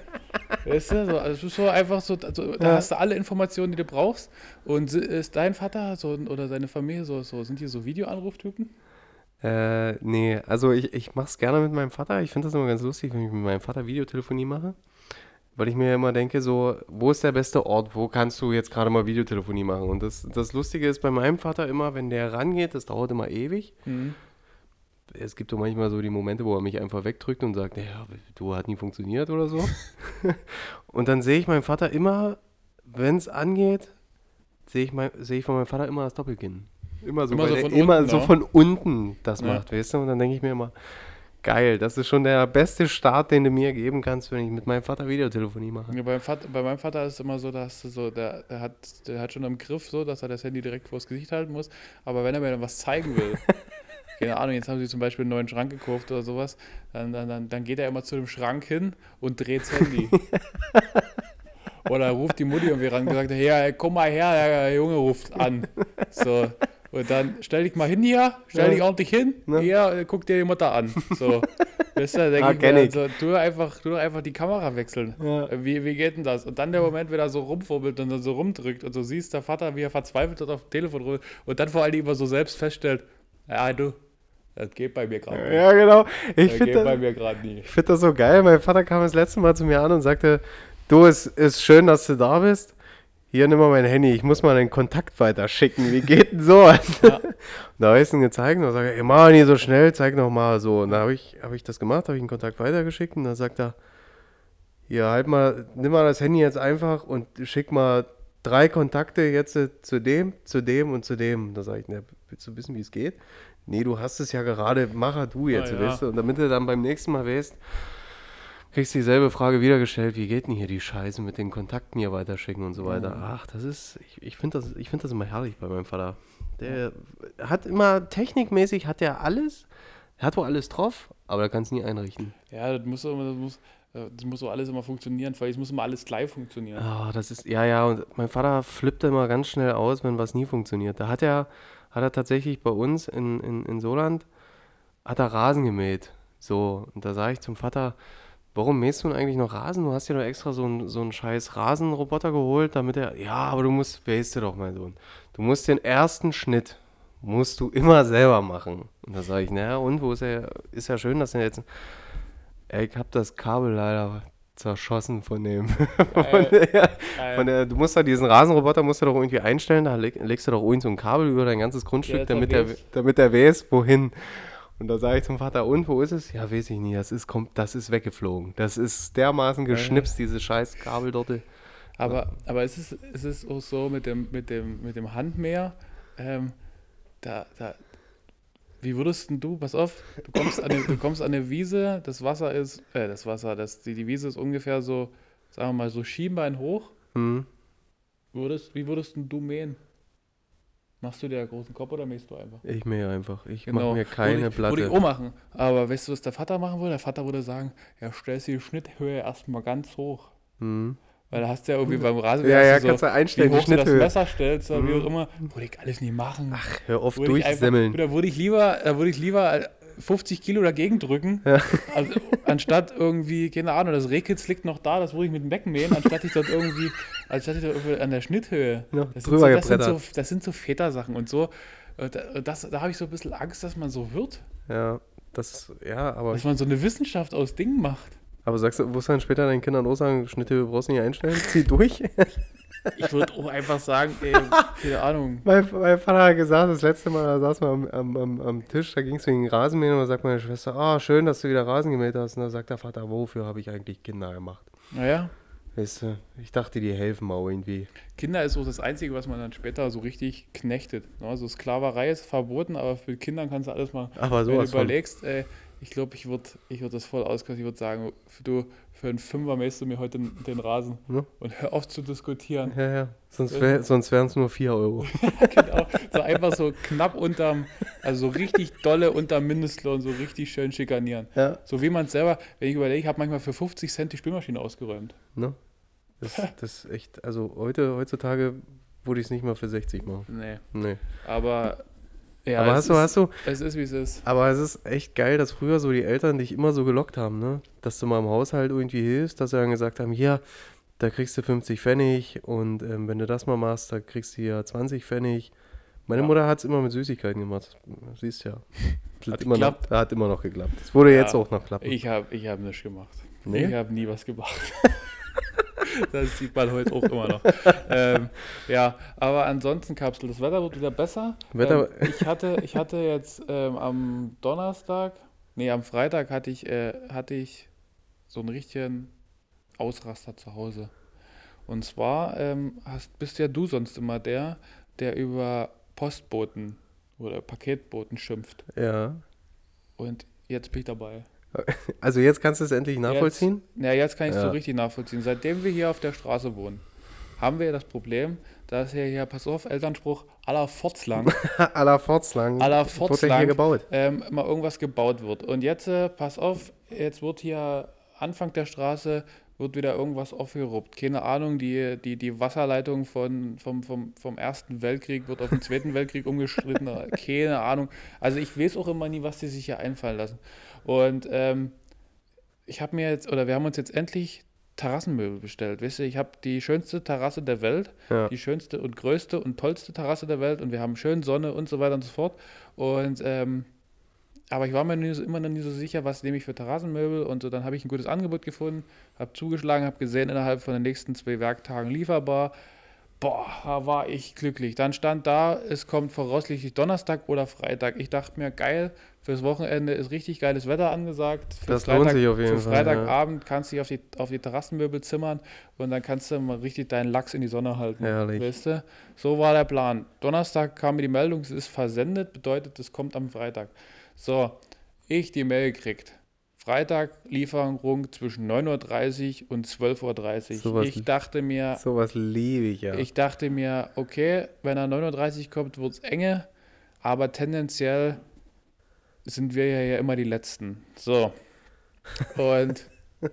Weißt du, so, also es ist so einfach so, also, da Ja. hast du alle Informationen, die du brauchst. Und si- ist dein Vater so, oder seine Familie so, so sind die so Videoanruftypen? äh, nee, also ich, ich mache es gerne mit meinem Vater. Ich finde das immer ganz lustig, wenn ich mit meinem Vater Videotelefonie mache. Weil ich mir immer denke, so, wo ist der beste Ort? Wo kannst du jetzt gerade mal Videotelefonie machen? Und das, das Lustige ist bei meinem Vater immer, wenn der rangeht, das dauert immer ewig. Mhm. Es gibt so manchmal so die Momente, wo er mich einfach wegdrückt und sagt, ja, du, hat nie funktioniert oder so. Und dann sehe ich meinen Vater immer, wenn es angeht, sehe ich, mein, sehe ich von meinem Vater immer das Doppelkinn. Immer so, Immer weil so der von immer unten, so ne? von unten das Ja. macht, weißt du? Und dann denke ich mir immer, geil, das ist schon der beste Start, den du mir geben kannst, wenn ich mit meinem Vater Videotelefonie mache. Ja, beim Vater, bei meinem Vater ist es immer so, dass du so, der, der, hat, der hat schon im Griff so, dass er das Handy direkt vors Gesicht halten muss. Aber wenn er mir dann was zeigen will, keine Ahnung, jetzt haben sie zum Beispiel einen neuen Schrank gekauft oder sowas, dann, dann, dann, dann geht er immer zu dem Schrank hin und dreht das Handy. Oder ruft die Mutti irgendwie ran und gesagt, ja, komm mal her, der Junge ruft an. So. Und dann stell dich mal hin hier, stell Ja. dich ordentlich hin, Ne? hier, guck dir die Mutter an. So. Weißt du, denke Ah, ich kenn mir, ich. so, tu einfach, tu doch einfach die Kamera wechseln. Ja. Wie, wie geht denn das? Und dann der Moment, wenn er so rumfurbelt und dann so rumdrückt und so siehst, der Vater, wie er verzweifelt dort auf dem Telefon rum und dann vor allem immer so selbst feststellt, ja du, das geht bei mir gerade nicht. Ja, genau. Ich Das finde geht bei das, mir gerade nicht. ich find das so geil. Mein Vater kam das letzte Mal zu mir an und sagte, du, es ist schön, dass du da bist. Hier, nimm mal mein Handy, ich muss mal den Kontakt weiterschicken. Wie geht denn sowas? Ja. Und da habe ich es ihm gezeigt und dann sage ich, ey, mach nicht so schnell, zeig noch mal so. Und dann habe ich, hab ich das gemacht, habe ich den Kontakt weitergeschickt und dann sagt er, hier, halt mal, nimm mal das Handy jetzt einfach und schick mal drei Kontakte jetzt äh, zu dem, zu dem und zu dem. Da sage ich, ne, willst du wissen, wie es geht? Nee, du hast es ja gerade, mach du jetzt, Ah, ja. weißt du? Und damit du dann beim nächsten Mal weißt, kriegst du dieselbe Frage wieder gestellt, wie geht denn hier die Scheiße mit den Kontakten hier weiterschicken und so weiter. Mhm. Ach, das ist, ich, ich finde das, ich find das immer herrlich bei meinem Vater. Der hat immer, technikmäßig hat er alles, er hat wohl alles drauf, aber er kann es nie einrichten. Ja, das muss, immer- das muss, äh, das muss so alles immer funktionieren, weil es muss immer alles gleich funktionieren. Ah, das ist, ja, ja, und mein Vater flippt immer ganz schnell aus, wenn was nie funktioniert. Da hat er, hat er tatsächlich bei uns in, in, in Soland, hat er Rasen gemäht. So, und da sage ich zum Vater, warum mähst du denn eigentlich noch Rasen? Du hast dir doch extra so einen so einen scheiß Rasenroboter geholt, damit er, ja, aber du musst, weißt du doch, mein Sohn, du musst den ersten Schnitt, musst du immer selber machen. Und da sage ich, naja, und, wo ist er, ist ja schön, dass er jetzt, ey, ich hab das Kabel leider zerschossen von dem, von Geil. der, Geil. von der, du musst da diesen Rasenroboter, musst du doch irgendwie einstellen, da leg, legst du doch irgend so ein Kabel über dein ganzes Grundstück, Ja, dass er damit er, weiß. damit er weiß, wohin. Und da sage ich zum Vater, und, wo ist es? Ja, weiß ich nicht, das ist, kommt, das ist weggeflogen. Das ist dermaßen geschnipst, diese scheiß Kabel dort. Aber, aber es ist, es ist auch so mit dem, mit dem, mit dem Handmäher, ähm, da, da, wie würdest denn du, pass auf, du kommst an eine, du kommst an eine Wiese, das Wasser ist, äh, das Wasser, das, die, die Wiese ist ungefähr so, sagen wir mal, so Schienbein hoch. Hm. Würdest, wie würdest denn du mähen? Machst du dir einen großen Kopf oder mähst du einfach? Ich mähe einfach. Ich Genau. mache mir keine würde ich, Platte. Würde ich auch machen. Aber weißt du, was der Vater machen würde? Der Vater würde sagen, ja, stellst die Schnitthöhe erstmal ganz hoch. Hm. Weil da hast du ja irgendwie beim Rasenmäher Ja, ja, hast du kannst so, du einstellen, wie die hoch du das Schnitthöhe. Messer stellst oder wie Mhm. auch immer. Würde ich alles nie machen. Ach, hör auf, Würde ich einfach- durchsemmeln. Da würde ich lieber, da würde ich lieber fünfzig Kilo dagegen drücken, Ja. also, anstatt irgendwie, keine Ahnung, das Rehkitz liegt noch da, das würde ich mit dem Becken mähen, anstatt ich dort irgendwie, anstatt ich dort irgendwie an der Schnitthöhe. Ja, Das sind, drüber so, das, sind gebrettert. so, das sind so Vätersachen und so. Und da, und das, da habe ich so ein bisschen Angst, dass man so wird. Ja, das, ja, aber, Dass man so eine Wissenschaft aus Dingen macht. aber sagst du, wirst du dann später deinen Kindern auch sagen, Schnitthöhe brauchst du nicht einstellen, zieh durch? Ich würde auch einfach sagen, ey, keine Ahnung. Mein, mein Vater hat gesagt, das letzte Mal, da saß man am, am, am, am Tisch, da ging es wegen Rasenmähen und da sagt meine Schwester, ah, schön, dass du wieder Rasen gemäht hast. Und da sagt der Vater, wofür habe ich eigentlich Kinder gemacht? Naja, Weißt du, ich dachte, die helfen mal irgendwie. Kinder ist so das Einzige, was man dann später so richtig knechtet. Also Sklaverei ist verboten, aber für Kindern kannst du alles mal, Aber wenn du sowas von. überlegst, ey, ich glaube, ich würde ich würd das voll auskosten. Ich würde sagen, für, du, für einen Fünfer mähst du mir heute den, den Rasen. Ne? Und hör auf zu diskutieren. Ja, ja, sonst, wär, sonst wären es nur vier Euro. Genau. So einfach so knapp unterm, also so richtig dolle unterm Mindestlohn, so richtig schön schikanieren. Ja, So wie man es selber, wenn ich überlege, ich habe manchmal für fünfzig Cent die Spülmaschine ausgeräumt. ne? Das, das ist echt, also heute, heutzutage würde ich es nicht mal für sechzig machen. Nee. Nee. Aber ja, Aber es hast du, ist, hast du, es ist, wie es ist. aber es ist echt geil, dass früher so die Eltern dich immer so gelockt haben, ne? Dass du mal im Haushalt irgendwie hilfst, dass sie dann gesagt haben, hier, da kriegst du fünfzig Pfennig und ähm, wenn du das mal machst, da kriegst du ja zwanzig Pfennig. Meine Ja. Mutter hat es immer mit Süßigkeiten gemacht. Siehst ja. Das Hat immer noch, geklappt. hat immer noch geklappt. Es würde Ja. jetzt auch noch klappen. Ich habe ich hab nichts gemacht. Nee? Ich habe nie was gemacht. Das sieht man heute auch immer noch. ähm, ja, aber ansonsten, Kapsel, das Wetter wird wieder besser. Wetter- Ähm, ich, hatte, ich hatte jetzt ähm, am Donnerstag, nee, am Freitag hatte ich, äh, hatte ich so einen richtigen Ausraster zu Hause. Und zwar ähm, hast, bist ja du sonst immer der, der über Postboten oder Paketboten schimpft. Ja. Und jetzt bin ich dabei. Also jetzt kannst du es endlich nachvollziehen? Jetzt, ja, jetzt kann ich es Ja. so richtig nachvollziehen. Seitdem wir hier auf der Straße wohnen, haben wir das Problem, dass hier, hier pass auf, Elternspruch, aller Fortslang, À la Fortslang. aller Wurde hier Fortslang gebaut. ähm, mal irgendwas gebaut wird. Und jetzt, äh, pass auf, jetzt wird hier Anfang der Straße, wird wieder irgendwas aufgeruppt. Keine Ahnung, die, die, die Wasserleitung von, vom, vom, vom Ersten Weltkrieg wird auf den Zweiten Weltkrieg umgestritten. Keine Ahnung. Also ich weiß auch immer nie, was die sich hier einfallen lassen. Und ähm, ich habe mir jetzt, oder wir haben uns jetzt endlich Terrassenmöbel bestellt. Weißt du, ich habe die schönste Terrasse der Welt, Ja. die schönste und größte und tollste Terrasse der Welt und wir haben schön Sonne und so weiter und so fort. Und ähm, aber ich war mir nie so, immer noch nie so sicher, was nehme ich für Terrassenmöbel und so. Dann habe ich ein gutes Angebot gefunden, habe zugeschlagen, habe gesehen, innerhalb von den nächsten zwei Werktagen lieferbar. Boah, da war ich glücklich. Dann stand da, es kommt voraussichtlich Donnerstag oder Freitag. Ich dachte mir, geil, fürs Wochenende ist richtig geiles Wetter angesagt. Fürs Das lohnt Freitag, sich auf jeden für Fall, Freitagabend kannst du dich auf die, auf die Terrassenmöbel zimmern und dann kannst du mal richtig deinen Lachs in die Sonne halten. Herrlich. Weißt du? So war der Plan. Donnerstag kam mir die Meldung, es ist versendet, bedeutet, es kommt am Freitag. So, ich die Mail gekriegt. Freitag Lieferung zwischen neun Uhr dreißig und zwölf Uhr dreißig. Sowas- Ich dachte mir, Sowas liebe ich ja. ich dachte mir, okay, wenn er neun Uhr dreißig kommt, wird es enge, aber tendenziell sind wir ja, ja immer die Letzten. So. Und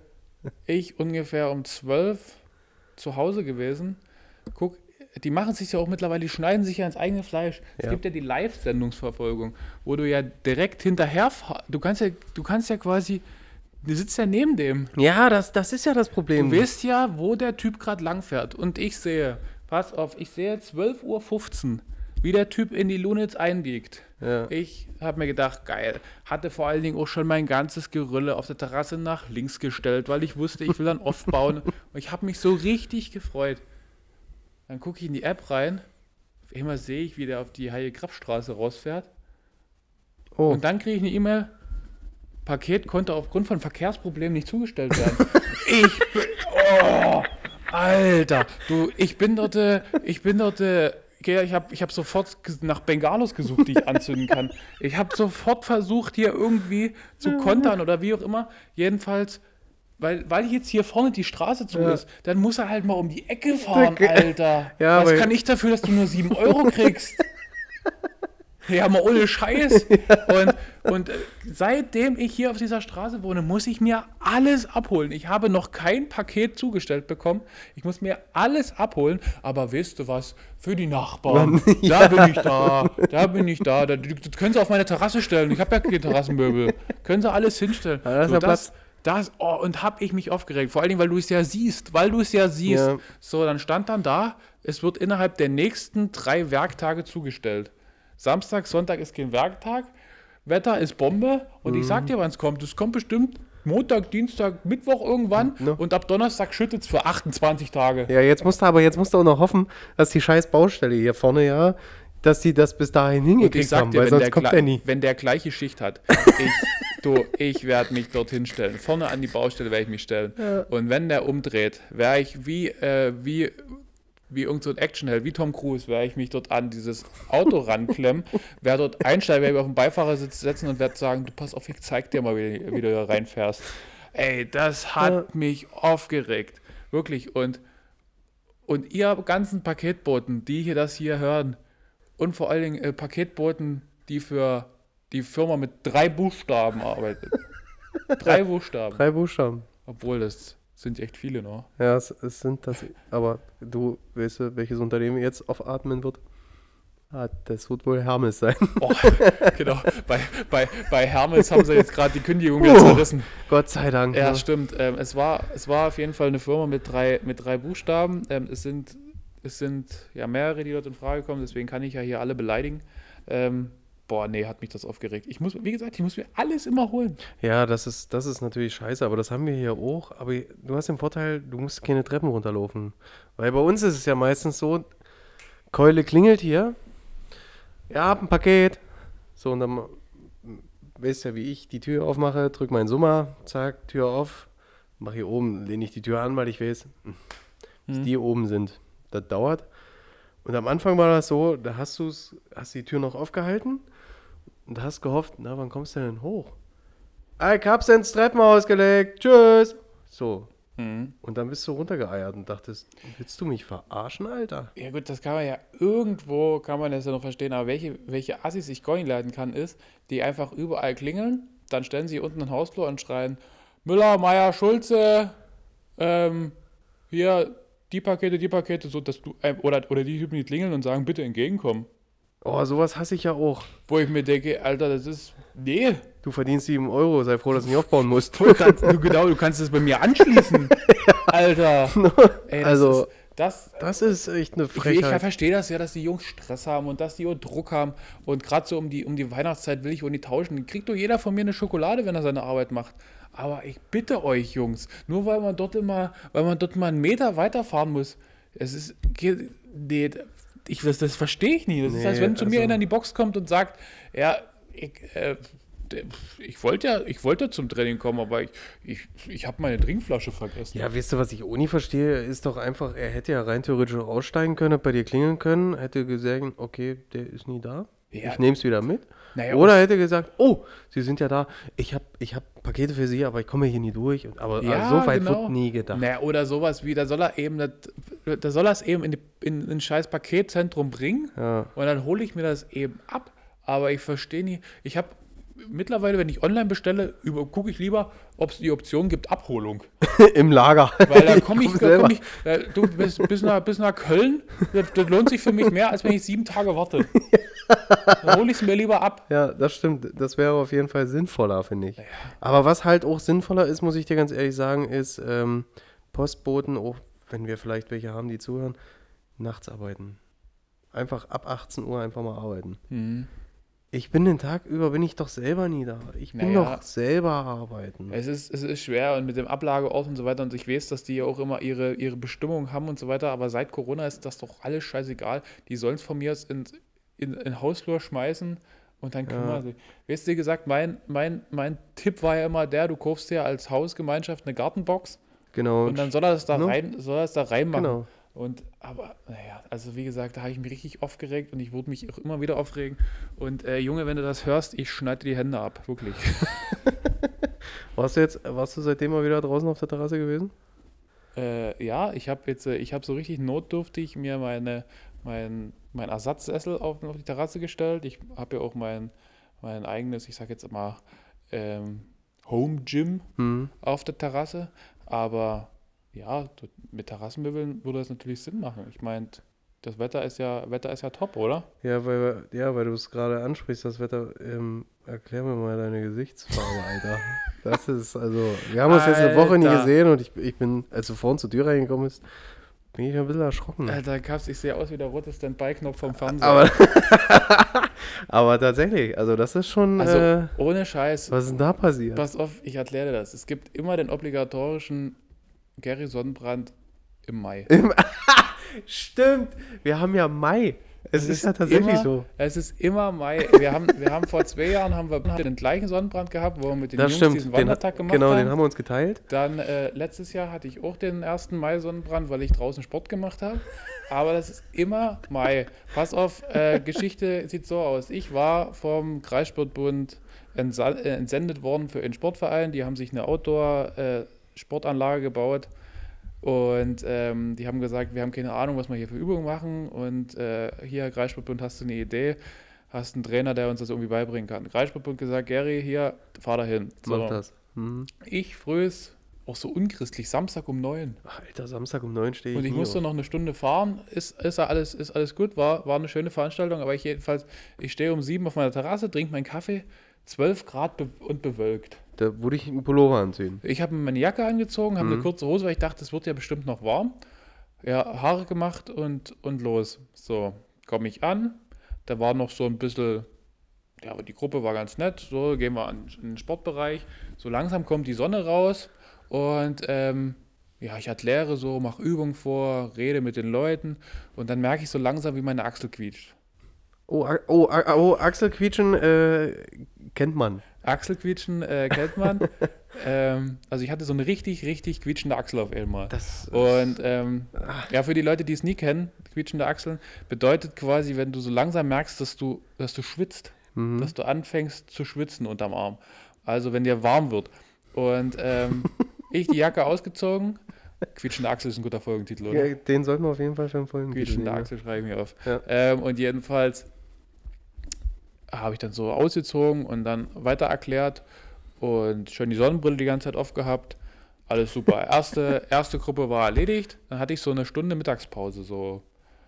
ich ungefähr um zwölf zu Hause gewesen. Guck, die machen sich ja auch mittlerweile, die schneiden sich ja ins eigene Fleisch. Es Ja. gibt ja die Live-Sendungsverfolgung, wo du ja direkt hinterher, fahr- du kannst ja, du kannst ja quasi, du sitzt ja neben dem. Ja, das, das ist ja das Problem. Du weißt ja, wo der Typ gerade langfährt. Und ich sehe, pass auf, ich sehe zwölf Uhr fünfzehn, wie der Typ in die Lunitz einbiegt. Ja. Ich habe mir gedacht, geil. Hatte vor allen Dingen auch schon mein ganzes Gerülle auf der Terrasse nach links gestellt, weil ich wusste, ich will dann oft bauen. Und ich habe mich so richtig gefreut. Dann gucke ich in die App rein. Auf einmal sehe ich, wie der auf die Heil-Graf-Straße rausfährt. Oh, Und dann kriege ich eine E-Mail. Paket konnte aufgrund von Verkehrsproblemen nicht zugestellt werden. ich bin. Oh, Alter. Du, ich bin dort. äh, Ich bin dort. äh, okay, Ich habe ich hab sofort ges- nach Bengalos gesucht, die ich anzünden kann. Ich habe sofort versucht, hier irgendwie zu kontern oder wie auch immer. Jedenfalls, weil, weil jetzt hier vorne die Straße zu Ja. ist, dann muss er halt mal um die Ecke fahren, Okay. Alter. Ja, Was aber- kann ich dafür, dass du nur sieben Euro kriegst? Ja, mal ohne Scheiß. Und, und äh, seitdem ich hier auf dieser Straße wohne, muss ich mir alles abholen. Ich habe noch kein Paket zugestellt bekommen. Ich muss mir alles abholen. Aber weißt du was? Für die Nachbarn. Da bin ich da. Da bin ich da. da das können sie auf meine Terrasse stellen. Ich habe ja keine Terrassenmöbel. Können sie alles hinstellen. Ja, da ist So, ja das, Platz. das, oh, und habe ich mich aufgeregt. Vor allen Dingen, weil du es ja siehst. Weil du es ja siehst. Ja. So, dann stand dann da, es wird innerhalb der nächsten drei Werktage zugestellt. Samstag, Sonntag ist kein Werktag, Wetter ist Bombe und ich sag dir, wann es kommt. Es kommt bestimmt Montag, Dienstag, Mittwoch irgendwann No. und ab Donnerstag schüttet es für achtundzwanzig Tage. ja, jetzt musst du aber jetzt musst du auch noch hoffen, dass die scheiß Baustelle hier vorne, ja, dass die das bis dahin Und ich hingekriegt sag haben, dir, weil wenn sonst der, kommt gle- der nie. wenn der gleiche Schicht hat, ich, du, ich werde mich dorthin stellen. Vorne an die Baustelle werde ich mich stellen. Und wenn der umdreht, wäre ich wie, äh, wie, wie irgend so ein Actionheld, wie Tom Cruise, werde ich mich dort an dieses Auto ranklemmen, werde dort einsteigen, werde mich auf den Beifahrersitz setzen und werde sagen, du pass auf, ich zeig dir mal, wie, wie du da reinfährst. Ey, das hat Ja. mich aufgeregt. Wirklich. Und, und ihr ganzen Paketboten, die hier das hier hören, und vor allen Dingen äh, Paketboten, die für die Firma mit drei Buchstaben arbeitet. Drei Buchstaben. Drei Buchstaben. Obwohl, das sind echt viele noch. Ja, es, es sind das, aber du weißt, du, welches Unternehmen jetzt aufatmen wird? Ah, das wird wohl Hermes sein. Oh, genau. Bei, bei, bei Hermes haben sie jetzt gerade die Kündigung wieder Oh. zerrissen. Gott sei Dank. Ja, ne? stimmt. Ähm, es, war, es war auf jeden Fall eine Firma mit drei, mit drei Buchstaben. Ähm, es sind, es sind ja mehrere, die dort in Frage kommen, deswegen kann ich ja hier alle beleidigen. Ähm, boah, nee, hat mich das aufgeregt. Ich muss, wie gesagt, ich muss mir alles immer holen. Ja, das ist, das ist natürlich scheiße, aber das haben wir hier auch. Aber du hast den Vorteil, du musst keine Treppen runterlaufen. Weil bei uns ist es ja meistens so, Keule klingelt hier, ja, hab ein Paket. So, und dann weißt ja, wie ich die Tür aufmache, drück meinen Summer, zack, Tür auf, mach hier oben, lehne ich die Tür an, weil ich weiß, dass Hm. die oben sind. Das dauert. Und am Anfang war das so, da hast du hast die Tür noch aufgehalten und hast gehofft, na, wann kommst du denn hoch? Ah, ich hab's ins Treppenhaus gelegt, tschüss. So, Mhm. und dann bist du runtergeeiert und dachtest, willst du mich verarschen, Alter? Ja gut, das kann man ja irgendwo, kann man das ja noch verstehen, aber welche, welche Assis ich gar nicht leiten kann, ist, die einfach überall klingeln, dann stellen sie unten ein Hausflur und schreien, Müller, Meier, Schulze, ähm, hier, die Pakete, die Pakete, so dass du, äh, oder, oder die Typen, die klingeln und sagen, bitte entgegenkommen. Oh, sowas hasse ich ja auch. Wo ich mir denke, Alter, das ist, nee. Du verdienst sieben Euro, sei froh, dass du nicht aufbauen musst. Du kannst, du, genau, du kannst es bei mir anschließen. Alter. Ey, das Also, ist, das, das ist echt eine ich, ich Frechheit. verstehe das ja, dass die Jungs Stress haben und dass die auch Druck haben. Und gerade so um die, um die Weihnachtszeit will ich auch nicht tauschen. Kriegt doch jeder von mir eine Schokolade, wenn er seine Arbeit macht. Aber ich bitte euch, Jungs, nur weil man dort immer, weil man dort mal einen Meter weiterfahren muss. Es ist, geht- nee, ich, das, das verstehe ich nie. Das ist, Nee, als wenn zu mir also- einer in die Box kommt und sagt, ja, ich, äh, der- ich wollte ja, ich wollte zum Training kommen, aber ich, ich, ich habe meine Trinkflasche vergessen. Ja, weißt du, was ich auch nie verstehe, ist doch einfach, er hätte ja rein theoretisch auch aussteigen können, hat bei dir klingeln können, hätte gesagt, okay, der ist nie da. Ja. Ich nehme es wieder mit. Naja, Oder und- hätte gesagt, oh, Sie sind ja da, ich habe ich hab Pakete für Sie, aber ich komme hier nie durch. Und- Aber Ja, also so weit genau. wird nie gedacht. Naja, oder sowas wie, da soll er eben, das, da soll er es eben in, die, in ein scheiß Paketzentrum bringen Ja. und dann hole ich mir das eben ab. Aber ich verstehe nie, ich habe mittlerweile, wenn ich online bestelle, gucke ich lieber, ob es die Option gibt, Abholung. Im Lager. Weil da komme ich, komm da selber. komm ich äh, du, bis, bis, nach, bis nach Köln, das, das lohnt sich für mich mehr, als wenn ich sieben Tage warte. Dann hole ich es mir lieber ab. Ja, das stimmt. Das wäre auf jeden Fall sinnvoller, finde ich. Aber was halt auch sinnvoller ist, muss ich dir ganz ehrlich sagen, ist ähm, Postboten, auch wenn wir vielleicht welche haben, die zuhören, nachts arbeiten. Einfach ab achtzehn Uhr einfach mal arbeiten. Hm. Ich bin den Tag über, bin ich doch selber nie da. Ich bin Naja. doch selber arbeiten. Es ist, es ist schwer und mit dem Ablageort und so weiter und ich weiß, dass die ja auch immer ihre, ihre Bestimmung haben und so weiter, aber seit Corona ist das doch alles scheißegal. Die sollen es von mir aus in, in, in den Hausflur schmeißen und dann kümmern Ja. sie. Weißt du, wie gesagt, mein, mein, mein Tipp war ja immer der, du kaufst dir als Hausgemeinschaft eine Gartenbox Genau. und dann soll er das da Ne? rein, soll er das da reinmachen. Genau. Und aber, naja, also wie gesagt, da habe ich mich richtig aufgeregt und ich würde mich auch immer wieder aufregen. Und äh, Junge, wenn du das hörst, ich schneide dir die Hände ab, wirklich. Warst du jetzt, warst du seitdem mal wieder draußen auf der Terrasse gewesen? Äh, ja, ich habe jetzt, äh, ich habe so richtig notdürftig mir meine, mein, mein Ersatzsessel auf, auf die Terrasse gestellt. Ich habe ja auch mein, mein eigenes, ich sage jetzt mal, ähm, Home Gym Hm. auf der Terrasse. Aber ja, dort- mit Terrassenmöbeln würde das natürlich Sinn machen. Ich meine, das Wetter ist ja, Wetter ist ja top, oder? Ja, weil, ja, weil du es gerade ansprichst, das Wetter. Ähm, erklär mir mal deine Gesichtsfarbe, Alter. Das ist, also, wir haben uns jetzt eine Woche nie Alter. gesehen und ich, ich bin, als du vorhin zur Tür reingekommen bist, bin ich ein bisschen erschrocken. Alter, Kaps, ich sehe aus wie der rote Standby-Knopf vom Fernseher. Aber, aber tatsächlich, also das ist schon, also, äh, ohne Scheiß. was ist denn da passiert? Pass auf, ich erkläre dir das. Es gibt immer den obligatorischen Gary Sonnenbrand im Mai. Im, stimmt, wir haben ja Mai. Es ist, ja tatsächlich immer, so. Es ist immer Mai. Wir haben, wir haben vor zwei Jahren haben wir den gleichen Sonnenbrand gehabt, wo wir mit den Das Jungs stimmt, diesen den, Wandertag gemacht genau, haben. den haben wir uns geteilt. Dann äh, letztes Jahr hatte ich auch den ersten Mai-Sonnenbrand, weil ich draußen Sport gemacht habe. Aber das ist immer Mai. Pass auf, äh, Geschichte sieht so aus. Ich war vom Kreissportbund entsa- äh, entsendet worden für einen Sportverein. Die haben sich eine Outdoor-Sportanlage gebaut. Und ähm, die haben gesagt, wir haben keine Ahnung, was wir hier für Übungen machen. Und äh, hier, Herr Kreissportbund, hast du eine Idee? Hast einen Trainer, der uns das irgendwie beibringen kann. Kreissportbund gesagt, Gary, hier, fahr dahin. So. Mach das. Mhm. Ich frühs, auch so unchristlich, Samstag um neun. Alter, Samstag um neun stehe ich Und ich nie musste auf. noch eine Stunde fahren. Ist, ist, ja alles, ist alles gut, war, war eine schöne Veranstaltung. Aber ich jedenfalls, ich stehe um sieben auf meiner Terrasse, trinke meinen Kaffee, zwölf Grad be und bewölkt. Da würde ich einen Pullover anziehen. Ich habe mir meine Jacke angezogen, habe Mhm. eine kurze Hose, weil ich dachte, es wird ja bestimmt noch warm. Ja, Haare gemacht und, und los. So, komme ich an. Da war noch so ein bisschen, ja, aber die Gruppe war ganz nett. So, gehen wir an, in den Sportbereich. So langsam kommt die Sonne raus und ähm, ja, ich erkläre so, mache Übung vor, rede mit den Leuten und dann merke ich so langsam, wie meine Achsel quietscht. Oh, A- oh, A- oh Axel Quietschen äh, kennt man. Achselquietschen äh, kennt man. ähm, also ich hatte so eine richtig, richtig quietschende Achsel auf einmal. Das Und ähm, ja, für die Leute, die es nie kennen, quietschende Achseln, bedeutet quasi, wenn du so langsam merkst, dass du, dass du schwitzt, Mhm. dass du anfängst zu schwitzen unterm Arm. Also wenn dir warm wird. Und ähm, ich die Jacke ausgezogen. Quietschende Achsel ist ein guter Folgentitel, oder? Ja, den sollten wir auf jeden Fall für einen Folgen Quietschende Achsel schreibe ich mir auf. Ja. Ähm, und jedenfalls habe ich dann so ausgezogen und dann weiter erklärt und schon die Sonnenbrille die ganze Zeit aufgehabt. alles super. Erste, erste Gruppe war erledigt, dann hatte ich so eine Stunde Mittagspause. So.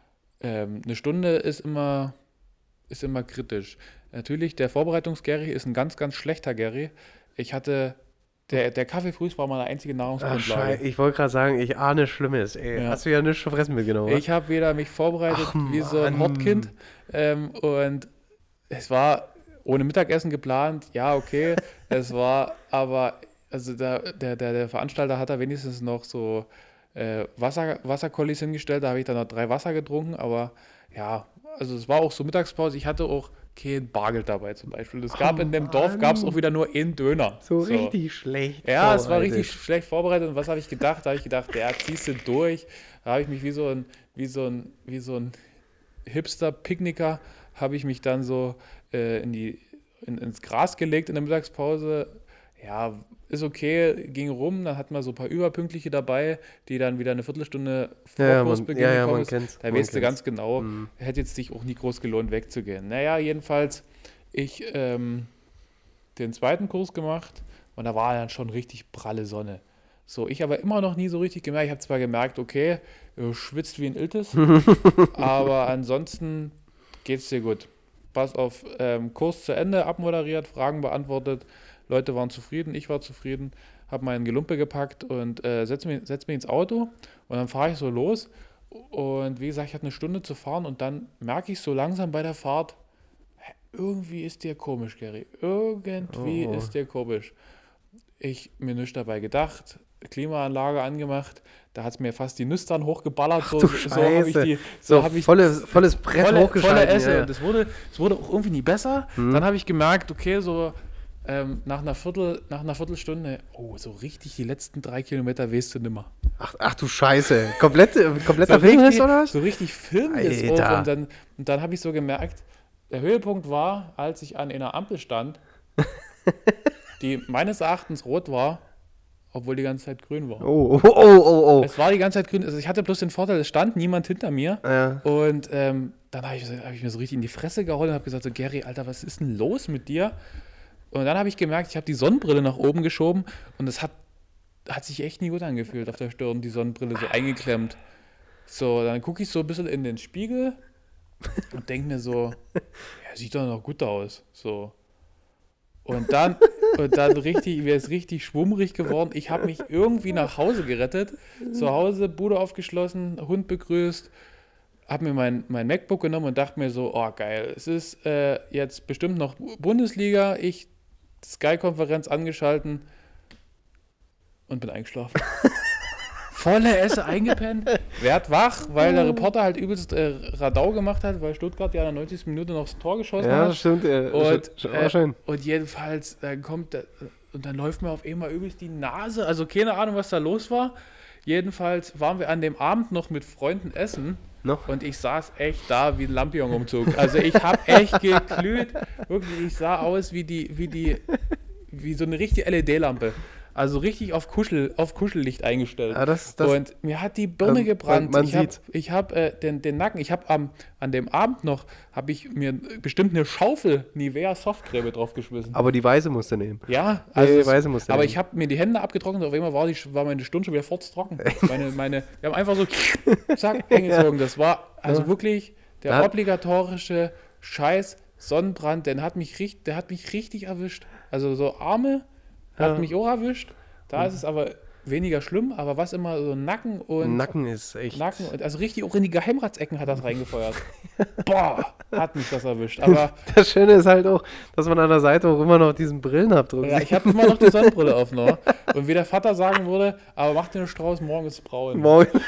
Ähm, eine Stunde ist immer, ist immer kritisch. Natürlich, der Vorbereitungs-Gary ist ein ganz, ganz schlechter Gary. Ich hatte, der, der Kaffee früh war meine einzige Ach, Nahrungsgrundlage. Schei- ich wollte gerade sagen, ich ahne Schlimmes. Ey, Ja. hast du ja nichts zu fressen mitgenommen, oder? Ich habe wieder mich vorbereitet Ach, wie so ein Mann. Hortkind. Ähm, und es war ohne Mittagessen geplant. Ja, okay. Es war aber, also der, der, der, der Veranstalter hat da wenigstens noch so äh, Wasser, Wasserkollis hingestellt. Da habe ich dann noch drei Wasser getrunken. Aber ja, also es war auch so Mittagspause. Ich hatte auch kein Bargeld dabei zum Beispiel. Es gab Oh, in dem Dorf Mann. gab es auch wieder nur einen Döner. So, richtig schlecht. Ja, es war vorbereitet. richtig schlecht vorbereitet. Und was habe ich gedacht? Da habe ich gedacht, der ziehst du durch. Da habe ich mich wie so ein, wie so ein, wie so ein Hipster-Picknicker, habe ich mich dann so äh, in die, in, ins Gras gelegt in der Mittagspause. Ja, ist okay, ging rum. Dann hatten wir so ein paar Überpünktliche dabei, die dann wieder eine Viertelstunde vor Ja, ja, man, Kursbeginn ja, ja, gekommen man ist. kennt's. Da man weißt du kennt's. ganz genau, Mhm. hätte jetzt sich auch nie groß gelohnt, wegzugehen. Naja, jedenfalls, ich ähm, den zweiten Kurs gemacht und da war dann schon richtig pralle Sonne. So, ich aber immer noch nie so richtig gemerkt. Ich habe zwar gemerkt, okay, du schwitzt wie ein Iltis, aber ansonsten geht's dir gut. Pass auf, ähm, Kurs zu Ende, abmoderiert, Fragen beantwortet, Leute waren zufrieden, ich war zufrieden, habe meinen Gelumpe gepackt und äh, setze mich, setz mich ins Auto und dann fahre ich so los und wie gesagt, ich hatte eine Stunde zu fahren und dann merke ich so langsam bei der Fahrt, irgendwie ist der komisch, Gary. Irgendwie Oh, oh. ist der komisch. Ich mir nichts dabei gedacht, Klimaanlage angemacht, da hat es mir fast die Nüstern hochgeballert. So, du so habe ich Scheiße. die, so So, hab ich volles, volles Brett volle, volle hochgeschaltet. Esse. Ja, ja. Und es wurde, es wurde auch irgendwie nie besser. Mhm. Dann habe ich gemerkt, okay, so ähm, nach, einer Viertel, nach einer Viertelstunde, oh, so richtig die letzten drei Kilometer weißt du nimmer. Ach, ach du Scheiße. Komplett, kompletter So Film ist, richtig, oder was? so richtig filmendes Alter. auch. Und dann, und dann habe ich so gemerkt, der Höhepunkt war, als ich an einer Ampel stand, die meines Erachtens rot war, obwohl die ganze Zeit grün war. Oh, oh, oh, oh, oh. Es war die ganze Zeit grün. Also ich hatte bloß den Vorteil, es stand niemand hinter mir. Ja. Und ähm, dann habe ich, hab ich mir so richtig in die Fresse gehauen und habe gesagt, so Gary, Alter, was ist denn los mit dir? Und dann habe ich gemerkt, ich habe die Sonnenbrille nach oben geschoben und es hat, hat sich echt nie gut angefühlt auf der Stirn, die Sonnenbrille so eingeklemmt. So, dann gucke ich so ein bisschen in den Spiegel und denke mir so, ja, sieht doch noch gut aus. So. Und dann, und dann richtig, wäre es richtig schwummrig geworden. Ich habe mich irgendwie nach Hause gerettet. Zu Hause, Bude aufgeschlossen, Hund begrüßt, habe mir mein, mein MacBook genommen und dachte mir so, oh geil, es ist äh, jetzt bestimmt noch Bundesliga. Ich Sky-Konferenz angeschalten und bin eingeschlafen. Volle Esse eingepennt, werd wach, weil der Reporter halt übelst äh, Radau gemacht hat, weil Stuttgart ja in der neunzigsten Minute noch das Tor geschossen Ja, hat. das stimmt. Äh, Und, schon, äh, schön. und jedenfalls, dann kommt der, und dann läuft mir auf einmal übelst die Nase. Also keine Ahnung, was da los war. Jedenfalls waren wir an dem Abend noch mit Freunden essen. Noch? Und ich saß echt da wie ein Lampion-Umzug. Also ich habe echt geglüht. Wirklich, ich sah aus wie die, wie die, wie so eine richtige L E D-Lampe. Also richtig auf, Kuschel, auf Kuschellicht eingestellt. Ja, das, das, Und mir hat die Birne ähm, gebrannt. man- man ich habe sieht's. ich hab, äh, den, den Nacken, ich habe am an dem Abend noch, habe ich mir bestimmt eine Schaufel Nivea Softcreme draufgeschmissen. aber die Weiße musst du nehmen. Ja, Nee, also die es, Weiße musst du aber nehmen. ich habe mir die Hände abgetrocknet, auf einmal war, die, war meine Stirn schon wieder furztrocken. Meine, meine, wir haben einfach so zack, eingezogen. Das war also Ja. wirklich der Ja. obligatorische Scheiß Sonnenbrand, der hat mich richtig, der hat mich richtig erwischt. Also so Arme hat Ja. mich auch erwischt. Da ist es aber weniger schlimm, aber was immer so Nacken und Nacken ist echt. Nacken und also richtig auch in die Geheimratsecken hat das reingefeuert. Boah, hat mich das erwischt. Aber Das Schöne ist halt auch, dass man an der Seite auch immer noch diesen Brillenabdruck ja, sieht. ich habe immer noch die Sonnenbrille auf noch. Und wie der Vater sagen würde, aber mach dir einen Strauß, morgen ist es braun. Morgen.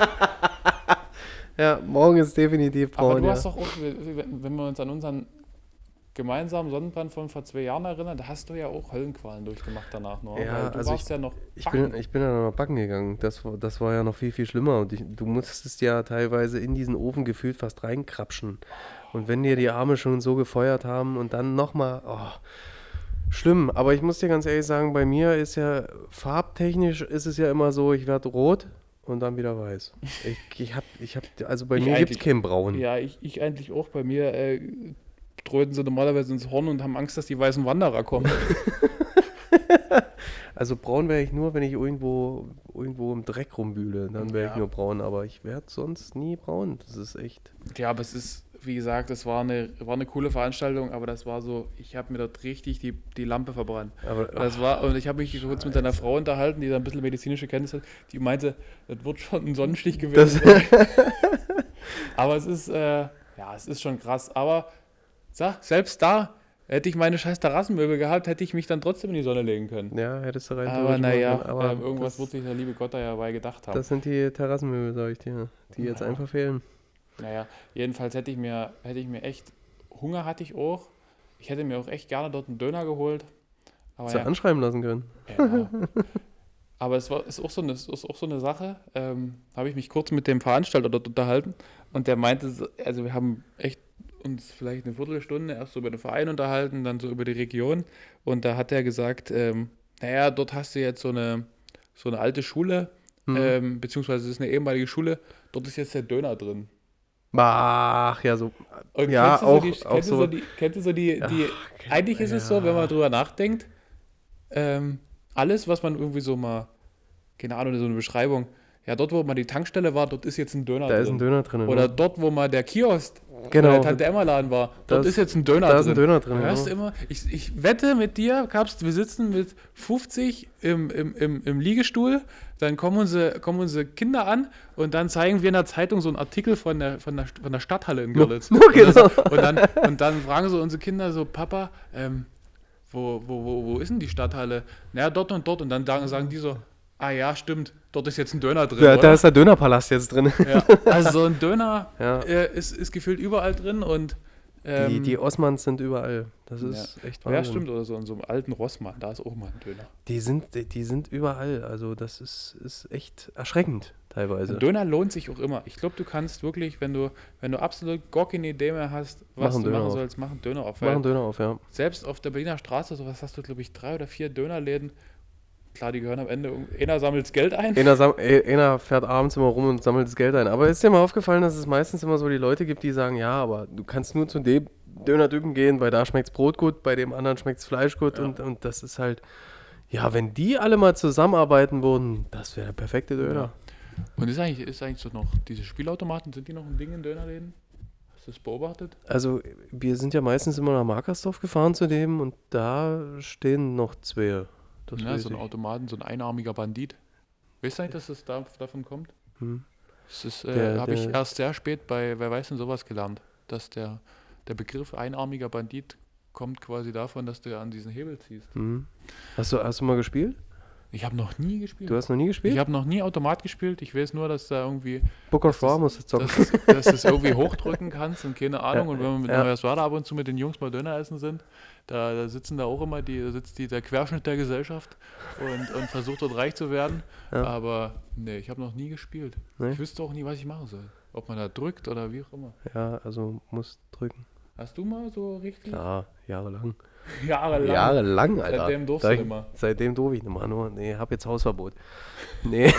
Ja, morgen ist definitiv aber braun. du Ja. hast doch auch, wenn wir uns an unseren gemeinsamen Sonnenbrand von vor zwei Jahren erinnern, da hast du ja auch Höllenqualen durchgemacht danach noch. Ja, weil du also warst ja noch Ich backen. bin, ich bin dann noch backen gegangen. Das, war- das war ja noch viel, viel schlimmer. Und ich, du musstest ja teilweise in diesen Ofen gefühlt fast reinkrapschen. Und wenn dir die Arme schon so gefeuert haben und dann nochmal, oh, schlimm. Aber ich muss dir ganz ehrlich sagen, bei mir ist ja, farbtechnisch ist es ja immer so, ich werde rot und dann wieder weiß. Ich, ich hab, ich hab, also bei Ich mir gibt es eigentlich- kein Braun. Ja, ich, ich eigentlich auch. Bei mir äh, tröten sie normalerweise ins Horn und haben Angst, dass die weißen Wanderer kommen. Also braun wäre ich nur, wenn ich irgendwo, irgendwo im Dreck rumwühle. Dann wäre Ja. ich nur braun, aber ich werde sonst nie braun. Das ist echt. Ja, aber es ist, wie gesagt, es war eine, war eine coole Veranstaltung, aber das war so, ich habe mir dort richtig die, die Lampe verbrannt. Aber Das war, und ich habe mich kurz mit einer Frau unterhalten, die da ein bisschen medizinische Kenntnis hat, die meinte, das wird schon ein Sonnenstich gewesen sein. Aber es ist, äh, ja, es ist schon krass. Aber sag, selbst da hätte ich meine scheiß Terrassenmöbel gehabt, hätte ich mich dann trotzdem in die Sonne legen können. ja, hättest du rein Aber theoretisch machen naja, können, aber ähm, irgendwas das, wird sich der liebe Gott da ja bei gedacht haben. das sind die Terrassenmöbel, sag ich dir, die jetzt Ja. einfach fehlen. Naja, jedenfalls hätte ich mir, hätte ich mir echt, Hunger hatte ich auch. Ich hätte mir auch echt gerne dort einen Döner geholt. Aber Hättest du ja, anschreiben lassen können. ja. Aber es war, ist, auch so eine, ist auch so eine Sache, ähm, habe ich mich kurz mit dem Veranstalter dort unterhalten und der meinte, so- also wir haben echt uns vielleicht eine Viertelstunde erst so über den Verein unterhalten, dann so über die Region und da hat er gesagt, ähm, naja, dort hast du jetzt so eine, so eine alte Schule, Hm. ähm, beziehungsweise es ist eine ehemalige Schule, dort ist jetzt der Döner drin. Ach, ja, so. Und Ja, kennst du auch- so die, auch kennst du so- so die, kennst du so die, die Ach, eigentlich ist es so, wenn ja. man drüber nachdenkt, ähm, alles, was man irgendwie so mal, keine Ahnung, so eine Beschreibung, ja, dort, wo mal die Tankstelle war, dort ist jetzt ein Döner Da drin. ist ein Döner drin. Oder ne? dort, wo mal der Kiosk Genau. oder der Tante Emma Laden war, dort Das- ist jetzt ein Döner da drin. ist ein Döner drin, Du hörst ja. immer, ich, ich wette mit dir, Kapst, wir sitzen mit fünfzig im, im, im, im Liegestuhl, dann kommen unsere, kommen unsere Kinder an und dann zeigen wir in der Zeitung so einen Artikel von der, von der, von der Stadthalle in Görlitz. Nur genau. Und dann, und dann fragen so unsere Kinder so, Papa, ähm, wo, wo, wo, wo ist denn die Stadthalle? Naja, dort und dort. Und dann sagen, sagen die so, ah ja, stimmt, dort ist jetzt ein Döner drin, Da, oder? da ist der Dönerpalast jetzt drin. Ja, also so ein Döner Ja. äh, ist, ist gefühlt überall drin und ähm, Die, die Osmans sind überall. Das ist echt Wahnsinn. ja, stimmt, oder so in so einem alten Rossmann, da ist auch mal ein Döner. Die sind, die, die sind überall. Also das ist, ist echt erschreckend teilweise. Ein Döner lohnt sich auch immer. Ich glaube, du kannst wirklich, wenn du, wenn du absolut gar keine Idee mehr hast, was Mach einen du Döner machen auf. sollst, mach einen Döner auf. Mach Weil einen Döner auf, ja. selbst auf der Berliner Straße, sowas hast du, glaube ich, drei oder vier Dönerläden. Klar, die gehören am Ende, einer sammelt das Geld ein. Einer, sam- äh, einer fährt abends immer rum und sammelt das Geld ein. Aber ist dir mal aufgefallen, dass es meistens immer so die Leute gibt, die sagen, ja, aber du kannst nur zu dem Dönertypen gehen, bei da schmeckt's Brot gut, bei dem anderen schmeckt's Fleisch gut Ja. und, und das ist halt, ja, wenn die alle mal zusammenarbeiten würden, das wäre der perfekte Döner. Und ist eigentlich, ist eigentlich so noch, diese Spielautomaten, sind die noch ein Ding in Dönerläden? Hast du das beobachtet? Also wir sind ja meistens immer nach Markersdorf gefahren zu dem und da stehen noch zwei. Das Ja, weiß so ein ich. Automaten, so ein einarmiger Bandit. Weißt du nicht, dass das da, davon kommt? Hm. Das ist, äh, Der- habe ich der- erst sehr spät bei Wer weiß denn sowas gelernt, dass der, der Begriff einarmiger Bandit kommt quasi davon, dass du an diesen Hebel ziehst. Hm. Hast, du, hast du mal gespielt? Ich habe noch nie gespielt. Du hast noch nie gespielt? Ich habe noch nie Automat gespielt. Ich weiß nur, dass da irgendwie, Book of das War ist- musst du zocken. dass, es- dass du es irgendwie hochdrücken kannst und keine Ahnung. Ja, Und wenn wir mit ja. Neujahrswerda ab und zu mit den Jungs mal Döner essen sind, da, da sitzen da auch immer die, da sitzt die, der Querschnitt der Gesellschaft und, und versucht dort reich zu werden. Ja. Aber nee, ich habe noch nie gespielt. Nee? Ich wüsste auch nie, was ich machen soll. Ob man da drückt oder wie auch immer. Ja, also musst drücken. Hast du mal so richtig? Klar, jahrelang. Jahrelang. Jahrelang, Alter. Seitdem durfst Da du ich- immer. Seitdem durfte ich nicht mehr. Nur, nee, hab jetzt Hausverbot. Nee,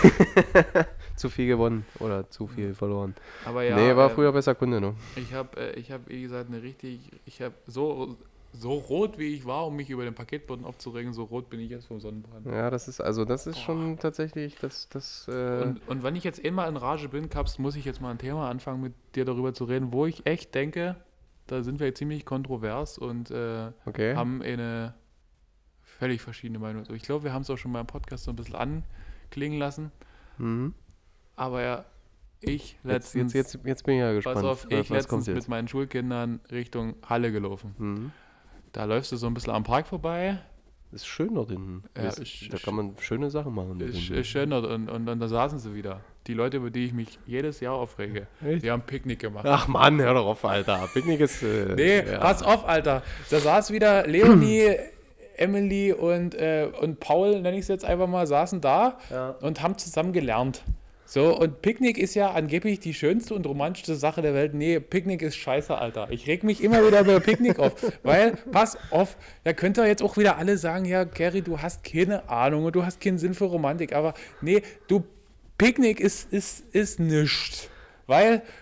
zu viel gewonnen oder zu viel verloren. Aber ja, nee, war äh, früher besser Kunde, ne? Ich habe, äh, ich habe, wie gesagt, eine richtig, ich habe so, so rot wie ich war, um mich über den Paketboten aufzuregen, so rot bin ich jetzt vom Sonnenbrand. Ja, das ist, also das ist schon tatsächlich, das, das, äh, Und, und wenn ich jetzt immer in Rage bin, Kaps, muss ich jetzt mal ein Thema anfangen, mit dir darüber zu reden, wo ich echt denke, da sind wir jetzt ziemlich kontrovers und äh, okay. haben eine völlig verschiedene Meinung. Ich glaube, wir haben es auch schon mal im Podcast so ein bisschen anklingen lassen, Mhm. aber ja, ich Jetzt, letztens, jetzt, jetzt, jetzt bin ich ja gespannt. pass auf, was- ich was kommt letztens mit meinen Schulkindern Richtung Halle gelaufen. Mhm. Da läufst du so ein bisschen am Park vorbei, Ist schön dort hinten. Ja, ist, ist- da kann man schöne Sachen machen. dort ist, hinten. ist schön dort und, und, und da saßen sie wieder. Die Leute, über die ich mich jedes Jahr aufrege, Echt? die haben Picknick gemacht. Ach Mann, hör doch auf, Alter. Picknick ist. Äh, Nee, ja. pass auf, Alter. Da saß wieder Leonie, Emily und, äh, und Paul, nenne ich es jetzt einfach mal, saßen da Ja. und haben zusammen gelernt. So, und Picknick ist ja angeblich die schönste und romantischste Sache der Welt. Nee, Picknick ist scheiße, Alter. Ich reg mich immer wieder über Picknick auf. Weil, pass auf, da könnt ihr jetzt auch wieder alle sagen, ja, Gary, du hast keine Ahnung und du hast keinen Sinn für Romantik. Aber nee, du, Picknick ist, ist, ist nichts. Weil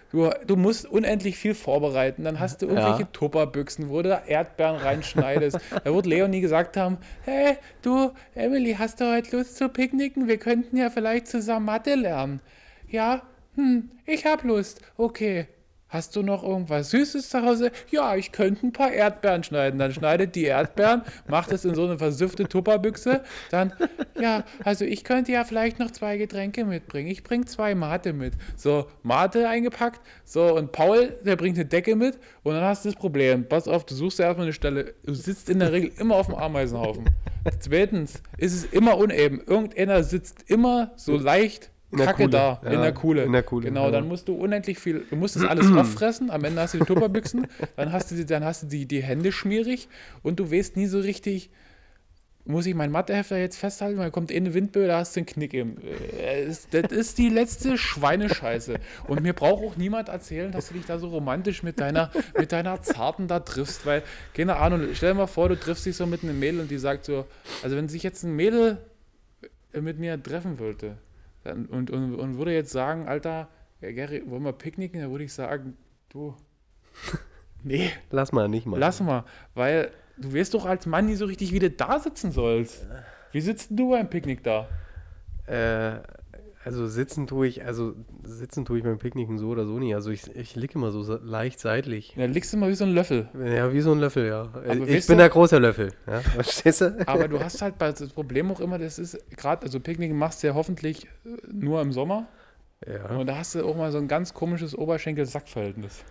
Du, du musst unendlich viel vorbereiten. Dann hast du irgendwelche Ja. Tupperbüchsen, wo du da Erdbeeren reinschneidest. Da wird Leonie gesagt haben, hey, du, Emily, hast du heute Lust zu picknicken? Wir könnten ja vielleicht zusammen Mathe lernen. Ja, hm, ich hab Lust. Okay. Hast du noch irgendwas Süßes zu Hause? Ja, ich könnte ein paar Erdbeeren schneiden. Dann schneidet die Erdbeeren, macht es in so eine versiffte Tupperbüchse. Dann, ja, also ich könnte ja vielleicht noch zwei Getränke mitbringen. Ich bringe zwei Mate mit. So, Mate eingepackt. So, und Paul, der bringt eine Decke mit. Und dann hast du das Problem. Pass auf, du suchst dir erstmal eine Stelle. Du sitzt in der Regel immer auf dem Ameisenhaufen. Zweitens ist es immer uneben. Irgendeiner sitzt immer so leicht In der Kacke Kuhle. da, Ja, in der Kuhle. in der Kuhle, Genau, ja. dann musst du unendlich viel, du musst das alles auffressen, am Ende hast du die Tupperbüchsen, dann hast du, die, dann hast du die, die Hände schmierig und du weißt nie so richtig, muss ich meinen Mathehefter jetzt festhalten, weil kommt eh eine Windböe, da hast du einen Knick im. Äh, es- Das ist die letzte Schweinescheiße. Und mir braucht auch niemand erzählen, dass du dich da so romantisch mit deiner, mit deiner Zarten da triffst, weil, keine Ahnung, stell dir mal vor, du triffst dich so mit einem Mädel und die sagt so, also wenn sich jetzt ein Mädel mit mir treffen wollte, dann, und, und, und würde jetzt sagen, Alter, ja, Gary, wollen wir picknicken? Dann würde ich sagen, du, nee, Lass mal nicht mal. lass mal, weil du weißt doch als Mann nie so richtig, wie du da sitzen sollst. Wie sitzt denn du beim Picknick da? Äh, also sitzen tue ich, also sitzen tue ich beim Picknicken so oder so nicht. Also ich, ich liege immer so se- leicht seitlich. Da liegst du mal wie so ein Löffel. Ja, wie so ein Löffel, ja. ich weißt bin du- der große Löffel. Ja, verstehst du? Aber du hast halt bei- das Problem auch immer, das ist gerade, also Picknicken machst du ja hoffentlich äh, nur im Sommer. Ja. Und da hast du auch mal so ein ganz komisches Oberschenkel-Sack-Verhältnis.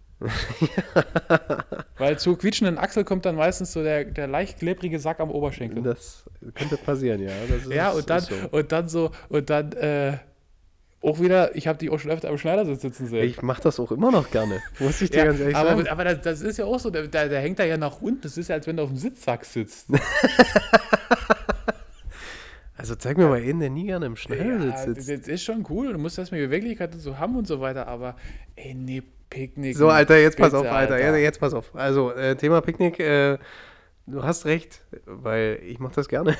Weil zu quietschenden Achsel kommt dann meistens so der, der leicht klebrige Sack am Oberschenkel. Das könnte passieren, ja. Das ist, Ja, und dann, ist so. und dann so, und dann äh, auch wieder, ich habe die auch schon öfter am Schneidersitz sitzen sehen. Ich mache das auch immer noch gerne, muss ich dir ja, ganz ehrlich aber, sagen. aber das, das ist ja auch so, der, der, der hängt da ja nach unten. Das ist ja, als wenn du auf dem Sitzsack sitzt. Also zeig mir mal einen, der nie gerne im Ja, Schneidersitz das, sitzt. das ist schon cool. Du musst erstmal die Beweglichkeit und so haben und so weiter, aber ey, nee, Picknick. So, Alter, jetzt pass bitte, auf, Alter, Alter, jetzt pass auf. Also, äh, Thema Picknick, äh, du hast recht, weil ich mache das gerne.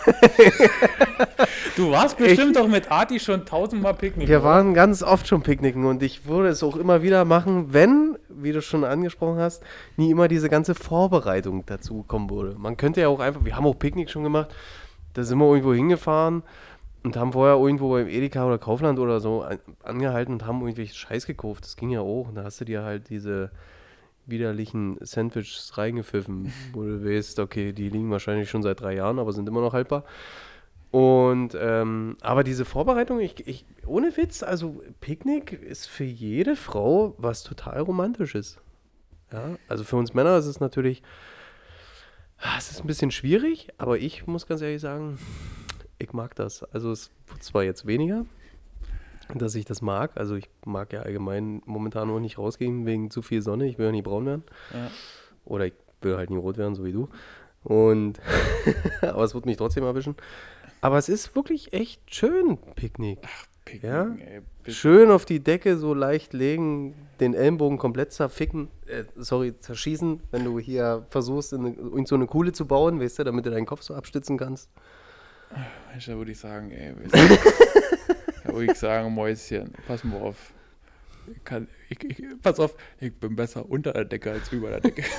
Du warst bestimmt doch mit Arti schon tausendmal Picknick. Wir oder? waren ganz oft schon picknicken und ich würde es auch immer wieder machen, wenn, wie du schon angesprochen hast, nie immer diese ganze Vorbereitung dazu kommen würde. Man könnte ja auch einfach, wir haben auch Picknick schon gemacht, da sind wir irgendwo hingefahren und haben vorher irgendwo beim Edeka oder Kaufland oder so an, angehalten und haben irgendwelchen Scheiß gekauft. Das ging ja auch. Und da hast du dir halt diese widerlichen Sandwiches reingepfiffen, wo du weißt, okay, die liegen wahrscheinlich schon seit drei Jahren, aber sind immer noch haltbar. Und, ähm, aber diese Vorbereitung, ich, ich, ohne Witz, also Picknick ist für jede Frau was total Romantisches. Ja, also für uns Männer ist es natürlich, ah, es ist ein bisschen schwierig, aber ich muss ganz ehrlich sagen, ich mag das. Also es wird zwar jetzt weniger, dass ich das mag, also ich mag ja allgemein momentan auch nicht rausgehen wegen zu viel Sonne, ich will ja nie braun werden. Ja. Oder ich will halt nie rot werden, so wie du. Und aber es wird mich trotzdem erwischen. Aber es ist wirklich echt schön, Picknick. Picknick, Ja? ey, bitte. Schön auf die Decke so leicht legen, den Ellenbogen komplett zerficken, äh, sorry, zerschießen, wenn du hier versuchst, in, eine, in so eine Kuhle zu bauen, weißt du, damit du deinen Kopf so abstützen kannst. Mensch, da würde ich sagen, ey, weißt du, da würde ich sagen, Mäuschen, pass mal auf. Ich kann, ich, ich, pass auf, ich bin besser unter der Decke als über der Decke.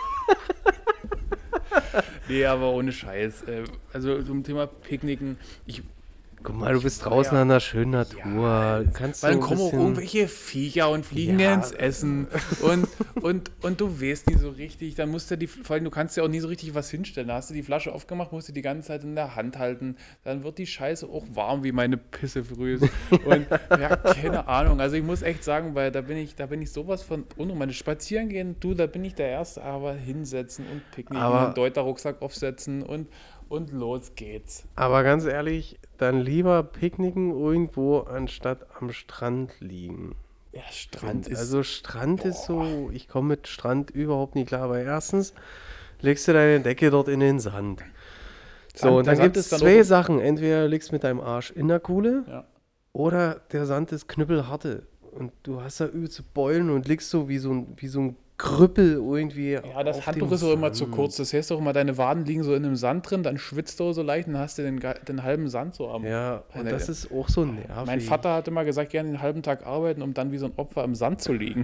Nee, aber ohne Scheiß. äh, Also zum Thema Picknicken, ich, Guck mal, du Ich bist war draußen ja- an der schönen Natur. Ja, kannst weil so dann ein kommen auch bisschen- irgendwelche Viecher und fliegen Ja. dir ins Essen und, und, und du weißt nie so richtig, dann musst du die, vor allem du kannst ja auch nie so richtig was hinstellen, da hast du die Flasche aufgemacht, musst du die ganze Zeit in der Hand halten, dann wird die Scheiße auch warm wie meine Pisse früh und ja, keine Ahnung, also ich muss echt sagen, weil da bin ich, da bin ich sowas von unruhig, meine Spazieren gehen, du, da bin ich der Erste, aber hinsetzen und picknicken Aber- und einen Deuter-Rucksack aufsetzen und, und los geht's. Aber ganz ehrlich, dann lieber picknicken irgendwo, anstatt am Strand liegen. Ja, Strand ist... Also Strand ist so, ich komme mit Strand überhaupt nicht klar, weil erstens legst du deine Decke dort in den Sand. So, Sand- und der dann Sand gibt es ist dann zwei auch- Sachen. Entweder legst du mit deinem Arsch in der Kuhle ja. oder der Sand ist knüppelharte. Und du hast da übelste Beulen und liegst so wie so ein, wie so ein Krüppel irgendwie. Ja, das auf Handtuch dem ist auch immer zu Sand. kurz. Das heißt auch immer, deine Waden liegen so in dem Sand drin, dann schwitzt du so leicht und dann hast du den, ga- den halben Sand so am. Ja, und Meine- das ist auch so nervig. Mein Vater hat immer gesagt, gerne den halben Tag arbeiten, um dann wie so ein Opfer im Sand zu liegen.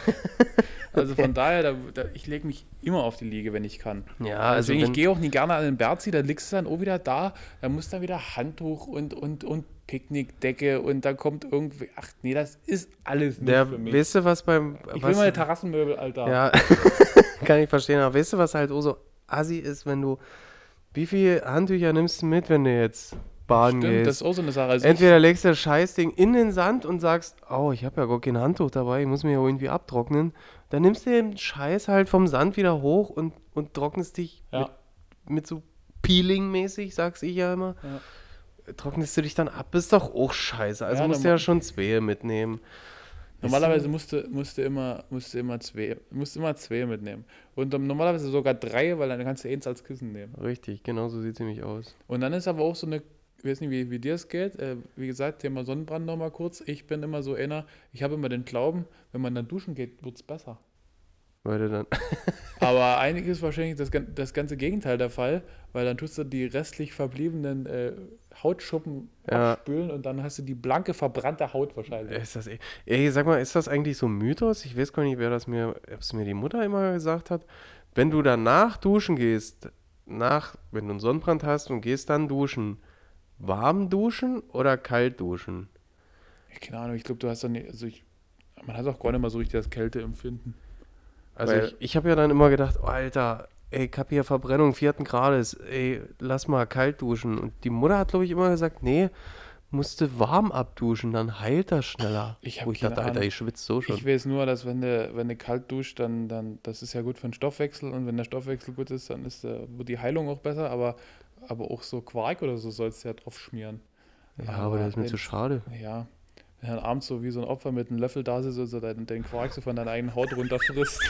Also von daher, da, da, ich lege mich immer auf die Liege, wenn ich kann. Ja, also Deswegen, wenn, ich gehe auch nie gerne an den Berzi, da liegst du dann auch wieder da, da muss dann wieder Handtuch und, und, und Picknickdecke und da kommt irgendwie, ach nee, das ist alles nicht der, für mich. weißt du, was beim. Ich will was, meine Terrassenmöbel, Alter. Ja, kann ich verstehen, aber weißt du, was halt auch so assi ist, wenn du. Wie viele Handtücher nimmst du mit, wenn du jetzt baden Stimmt, gehst? das ist auch so eine Sache. Also Entweder legst du das Scheißding in den Sand und sagst, oh, ich habe ja gar kein Handtuch dabei, ich muss mir ja irgendwie abtrocknen. Dann nimmst du den Scheiß halt vom Sand wieder hoch und, und trocknest dich ich, ja, mit, mit so Peeling-mäßig, sag's ich ja immer. ja. Trocknest du dich dann ab, ist doch auch scheiße. Also Ja, musst du normal- ja schon zwei mitnehmen. Normalerweise musst du, musst du immer, musst du immer zwei, musst du immer zwei mitnehmen. Und um, normalerweise sogar drei, weil dann kannst du eins als Kissen nehmen. Richtig, genau so sieht es nämlich aus. Und dann ist aber auch so eine, ich weiß nicht, wie, wie dir es geht. Äh, wie gesagt, Thema Sonnenbrand nochmal kurz. Ich bin immer so einer, ich habe immer den Glauben, wenn man dann duschen geht, wird es besser. Weil du dann. Aber eigentlich ist wahrscheinlich das, gan- das ganze Gegenteil der Fall, weil dann tust du die restlich verbliebenen äh, Hautschuppen Ja. abspülen und dann hast du die blanke, verbrannte Haut wahrscheinlich. Ist das, eh- ey, sag mal, ist das eigentlich so ein Mythos? Ich weiß gar nicht, wer das mir, ob es mir die Mutter immer gesagt hat. Wenn du danach duschen gehst, nach, wenn du einen Sonnenbrand hast und gehst dann duschen, warm duschen oder kalt duschen? Keine Ahnung, ich glaube, du hast dann, nicht- also ich, man hat auch gar nicht mal so richtig das Kälteempfinden. Also Weil- ich, ich habe ja dann immer gedacht, oh, Alter, ey, ich hab hier Verbrennung vierten Grades, ey, lass mal kalt duschen. Und die Mutter hat, glaube ich, immer gesagt, nee, musste warm abduschen, dann heilt das schneller. Ich hab Wo ich keine dachte, Alter, Ahnung. ich schwitze so schon. Ich weiß nur, dass wenn du, wenn du kalt duscht, dann, dann, das ist ja gut für den Stoffwechsel und wenn der Stoffwechsel gut ist, dann ist, äh, wird die Heilung auch besser, aber, aber auch so Quark oder so sollst du ja drauf schmieren. Ja, aber das ist mir wenn- zu schade. Ja, wenn du dann abends so wie so ein Opfer mit einem Löffel da sitzt und so den, den Quark so von deiner eigenen Haut runterfrisst.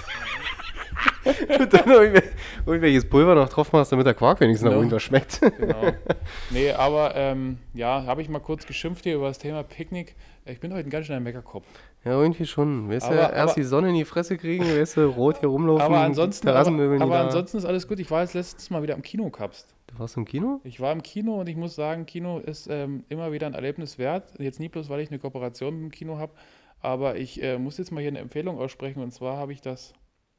Und dann irgendwel- irgendwelches Pulver noch drauf machst, damit der Quark wenigstens noch Genau. irgendwas schmeckt. Genau. Nee, aber ähm, ja, habe ich mal kurz geschimpft hier über das Thema Picknick. Ich bin heute ein ganz schöner Meckerkopf. Ja, irgendwie schon. Weißt du, Aber- erst aber- die Sonne in die Fresse kriegen, weißt du, rot hier rumlaufen, Aber ansonsten, aber, Terrassenmöbel nicht aber da. ansonsten ist alles gut. Ich war jetzt letztes Mal wieder im Kino, Kapst. Du warst im Kino? Ich war im Kino und ich muss sagen, Kino ist ähm, immer wieder ein Erlebnis wert. Jetzt nicht bloß, weil ich eine Kooperation mit dem Kino habe, aber ich äh, muss jetzt mal hier eine Empfehlung aussprechen. Und zwar habe ich das,